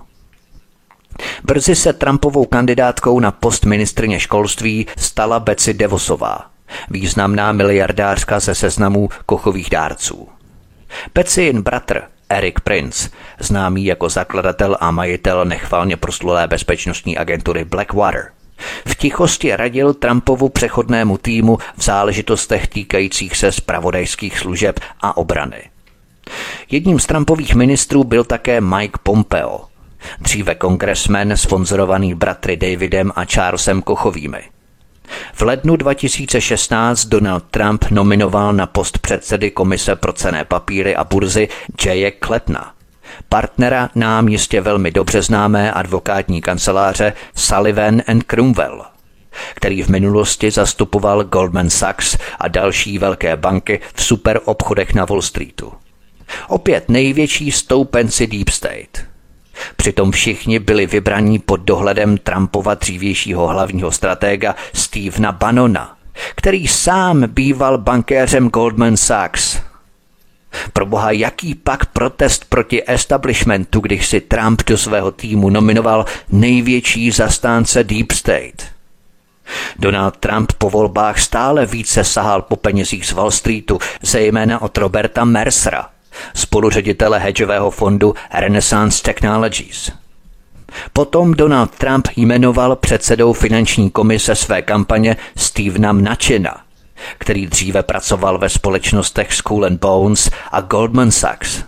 Brzy se Trumpovou kandidátkou na post ministryně školství stala Betsy DeVosová, významná miliardářka ze seznamu Kochových dárců. Betsyin bratr Eric Prince, známý jako zakladatel a majitel nechvalně proslulé bezpečnostní agentury Blackwater, V tichosti radil Trumpovu přechodnému týmu v záležitostech týkajících se zpravodajských služeb a obrany. Jedním z Trumpových ministrů byl také Mike Pompeo, dříve kongresmen sponzorovaný bratry Davidem a Charlesem Kochovými. V lednu 2016 Donald Trump nominoval na post předsedy Komise pro cenné papíry a burzy Jaye Claytona, partnera nám jistě velmi dobře známé advokátní kanceláře Sullivan & Cromwell, který v minulosti zastupoval Goldman Sachs a další velké banky v superobchodech na Wall Streetu. Opět největší stoupenci Deep State. Přitom všichni byli vybraní pod dohledem Trumpova dřívějšího hlavního stratega Stevena Bannona, který sám býval bankéřem Goldman Sachs. Proboha, jaký pak protest proti establishmentu, když si Trump do svého týmu nominoval největší zastánce Deep State. Donald Trump po volbách stále více sahal po penězích z Wall Streetu, zejména od Roberta Mercera, spoluředitele hedžového fondu Renaissance Technologies. Potom Donald Trump jmenoval předsedou finanční komise své kampaně Stevena Mnuchina, který dříve pracoval ve společnostech Skull and Bones a Goldman Sachs.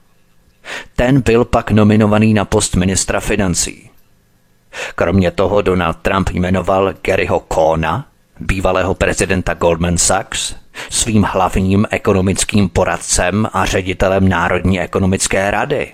Ten byl pak nominovaný na post ministra financí. Kromě toho Donald Trump jmenoval Garyho Cohna, bývalého prezidenta Goldman Sachs, svým hlavním ekonomickým poradcem a ředitelem Národní ekonomické rady.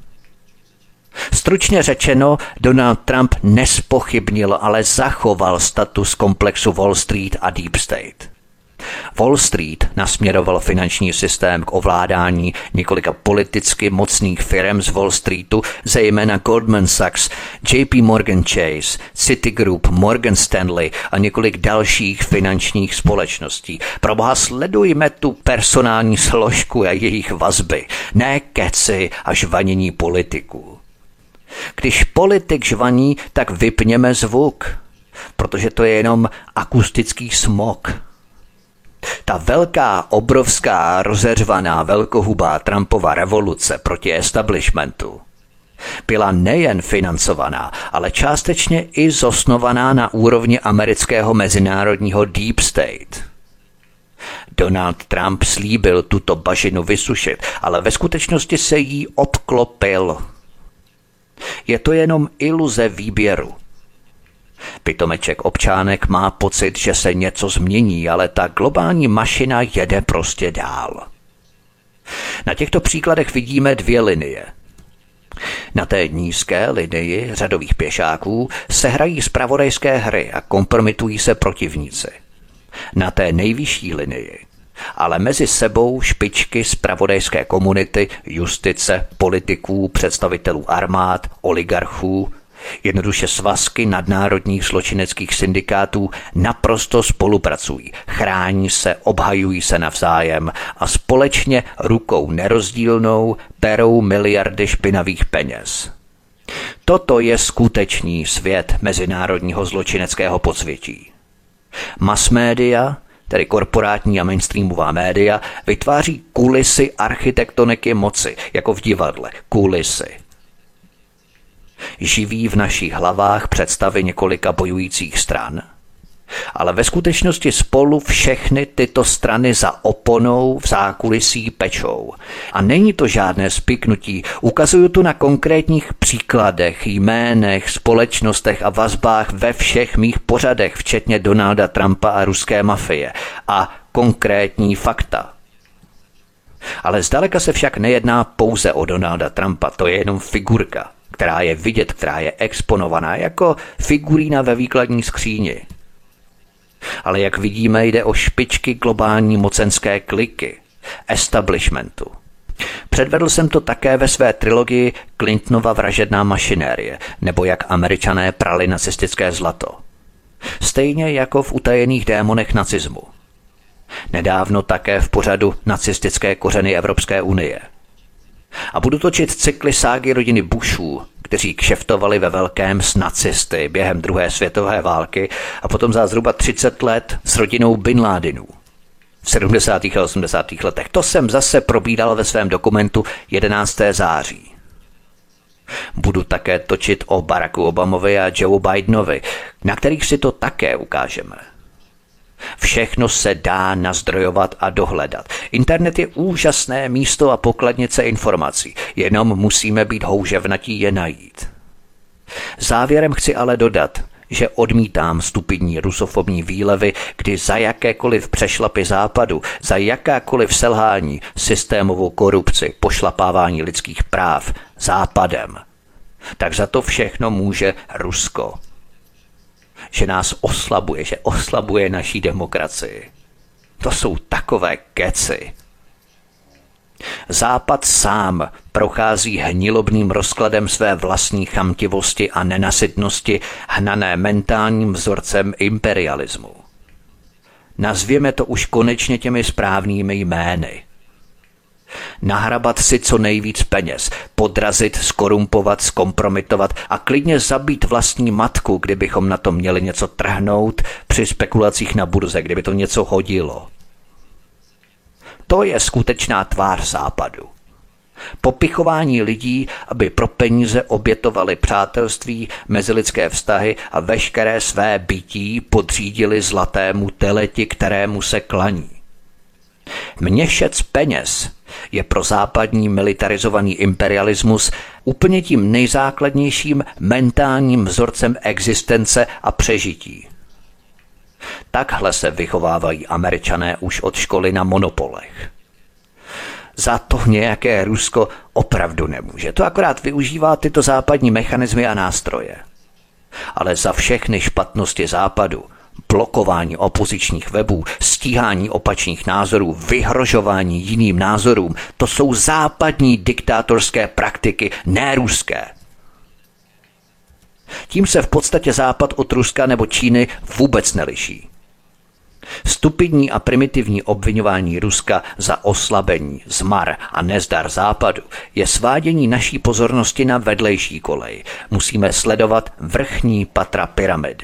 Stručně řečeno, Donald Trump nespochybnil, ale zachoval status komplexu Wall Street a Deep State. Wall Street nasměroval finanční systém k ovládání několika politicky mocných firem z Wall Streetu, zejména Goldman Sachs, JP Morgan Chase, Citigroup, Morgan Stanley a několik dalších finančních společností. Proboha, sledujme tu personální složku a jejich vazby, ne keci a žvanění politiků. Když politik žvaní, tak vypněme zvuk, protože to je jenom akustický smog. Ta velká, obrovská, rozeřvaná, velkohubá Trumpova revoluce proti establishmentu byla nejen financovaná, ale částečně i zosnovaná na úrovni amerického mezinárodního Deep State. Donald Trump slíbil tuto bažinu vysušit, ale ve skutečnosti se jí obklopil. Je to jenom iluze výběru. Pitomeček občánek má pocit, že se něco změní, ale ta globální mašina jede prostě dál. Na těchto příkladech vidíme dvě linie. Na té nízké linii řadových pěšáků se hrají zpravodajské hry a kompromitují se protivníci. Na té nejvyšší linii ale mezi sebou špičky zpravodajské komunity, justice, politiků, představitelů armád, oligarchů, jednoduše svazky nadnárodních zločineckých syndikátů naprosto spolupracují, chrání se, obhajují se navzájem a společně rukou nerozdílnou perou miliardy špinavých peněz. Toto je skutečný svět mezinárodního zločineckého podsvětí. Masmédia, tedy korporátní a mainstreamová média, vytváří kulisy architektoniky moci, jako v divadle, kulisy. Živí v našich hlavách představy několika bojujících stran, ale ve skutečnosti spolu všechny tyto strany za oponou v zákulisí pečou. A není to žádné spiknutí, ukazuju to na konkrétních příkladech, jménech, společnostech a vazbách ve všech mých pořadech, včetně Donalda Trumpa a ruské mafie. A konkrétní fakta. Ale zdaleka se však nejedná pouze o Donalda Trumpa, to je jenom figurka, která je vidět, která je exponovaná jako figurína ve výkladní skříni. Ale jak vidíme, jde o špičky globální mocenské kliky, establishmentu. Předvedl jsem to také ve své trilogii Clintonova vražedná mašinérie, nebo jak Američané prali nacistické zlato. Stejně jako v Utajených démonech nacismu. Nedávno také v pořadu Nacistické kořeny Evropské unie. A budu točit cykly ságy rodiny Bushů, kteří kšeftovali ve velkém s nacisty během druhé světové války a potom za zhruba 30 let s rodinou Bin Ládinů. V 70. a 80. letech. To jsem zase probídal ve svém dokumentu 11. září. Budu také točit o Baracku Obamovi a Joe Bidenovi, na kterých si to také ukážeme. Všechno se dá nazdrojovat a dohledat. Internet je úžasné místo a pokladnice informací, jenom musíme být houževnatí je najít. Závěrem chci ale dodat, že odmítám stupidní rusofobní výlevy, kdy za jakékoliv přešlapy západu, za jakákoliv selhání, systémovou korupci, pošlapávání lidských práv západem, tak za to všechno může Rusko. Že nás oslabuje, že oslabuje naší demokracii. To jsou takové keci. Západ sám prochází hnilobným rozkladem své vlastní chamtivosti a nenasytnosti, hnané mentálním vzorcem imperialismu. Nazvěme to už konečně těmi správnými jmény. Nahrabat si co nejvíc peněz, podrazit, skorumpovat, zkompromitovat a klidně zabít vlastní matku, kdybychom na to měli něco trhnout při spekulacích na burze, kdyby to něco hodilo. To je skutečná tvář západu. Popichování lidí, aby pro peníze obětovali přátelství, mezilidské vztahy a veškeré své bytí podřídili zlatému teleti, kterému se klaní. Měšec peněz je pro západní militarizovaný imperialismus úplně tím nejzákladnějším mentálním vzorcem existence a přežití. Takhle se vychovávají Američané už od školy na monopolech. Za to nějaké Rusko opravdu nemůže. To akorát využívá tyto západní mechanismy a nástroje. Ale za všechny špatnosti západu, blokování opozičních webů, stíhání opačných názorů, vyhrožování jiným názorům, to jsou západní diktátorské praktiky, ne ruské. Tím se v podstatě Západ od Ruska nebo Číny vůbec neliší. Stupidní a primitivní obviňování Ruska za oslabení, zmar a nezdar Západu je svádění naší pozornosti na vedlejší kolej. Musíme sledovat vrchní patra pyramidy.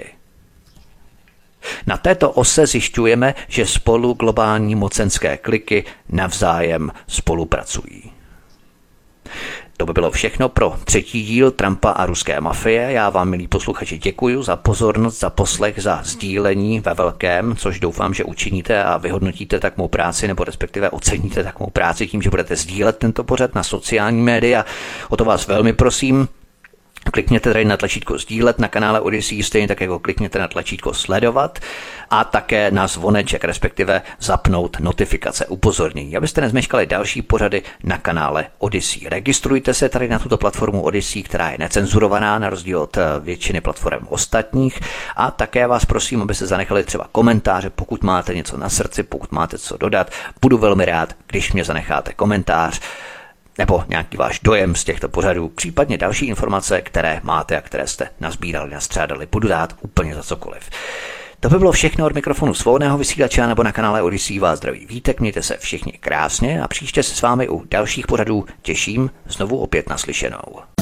Na této ose zjišťujeme, že spolu globální mocenské kliky navzájem spolupracují. To by bylo všechno pro třetí díl Trumpa a ruské mafie. Já vám, milí posluchači, děkuji za pozornost, za poslech, za sdílení ve velkém, což doufám, že učiníte a vyhodnotíte tak mou práci, nebo respektive oceníte tak mou práci tím, že budete sdílet tento pořad na sociální média. O to vás velmi prosím. Klikněte tady na tlačítko sdílet na kanále Odyssey, stejně tak jako klikněte na tlačítko sledovat a také na zvoneček, respektive zapnout notifikace, upozornění, abyste nezmeškali další pořady na kanále Odyssey. Registrujte se tady na tuto platformu Odyssey, která je necenzurovaná na rozdíl od většiny platform ostatních, a také vás prosím, abyste zanechali třeba komentáře, pokud máte něco na srdci, pokud máte co dodat. Budu velmi rád, když mě zanecháte komentář nebo nějaký váš dojem z těchto pořadů, případně další informace, které máte a které jste nazbírali, nastřádali, budu dát úplně za cokoliv. To by bylo všechno od mikrofonu svobodného vysílače nebo na kanále Odyssey vás zdraví Vítek, mějte se všichni krásně a příště se s vámi u dalších pořadů těším znovu opět naslyšenou.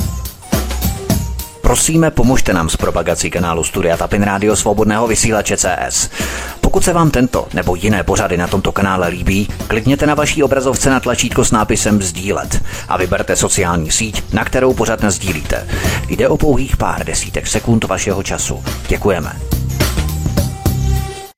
Prosíme, pomožte nám s propagací kanálu Studia Tapin Rádio Svobodného vysílače CS. Pokud se vám tento nebo jiné pořady na tomto kanále líbí, klikněte na vaší obrazovce na tlačítko s nápisem sdílet a vyberte sociální síť, na kterou pořad nasdílíte. Jde o pouhých pár desítek sekund vašeho času. Děkujeme.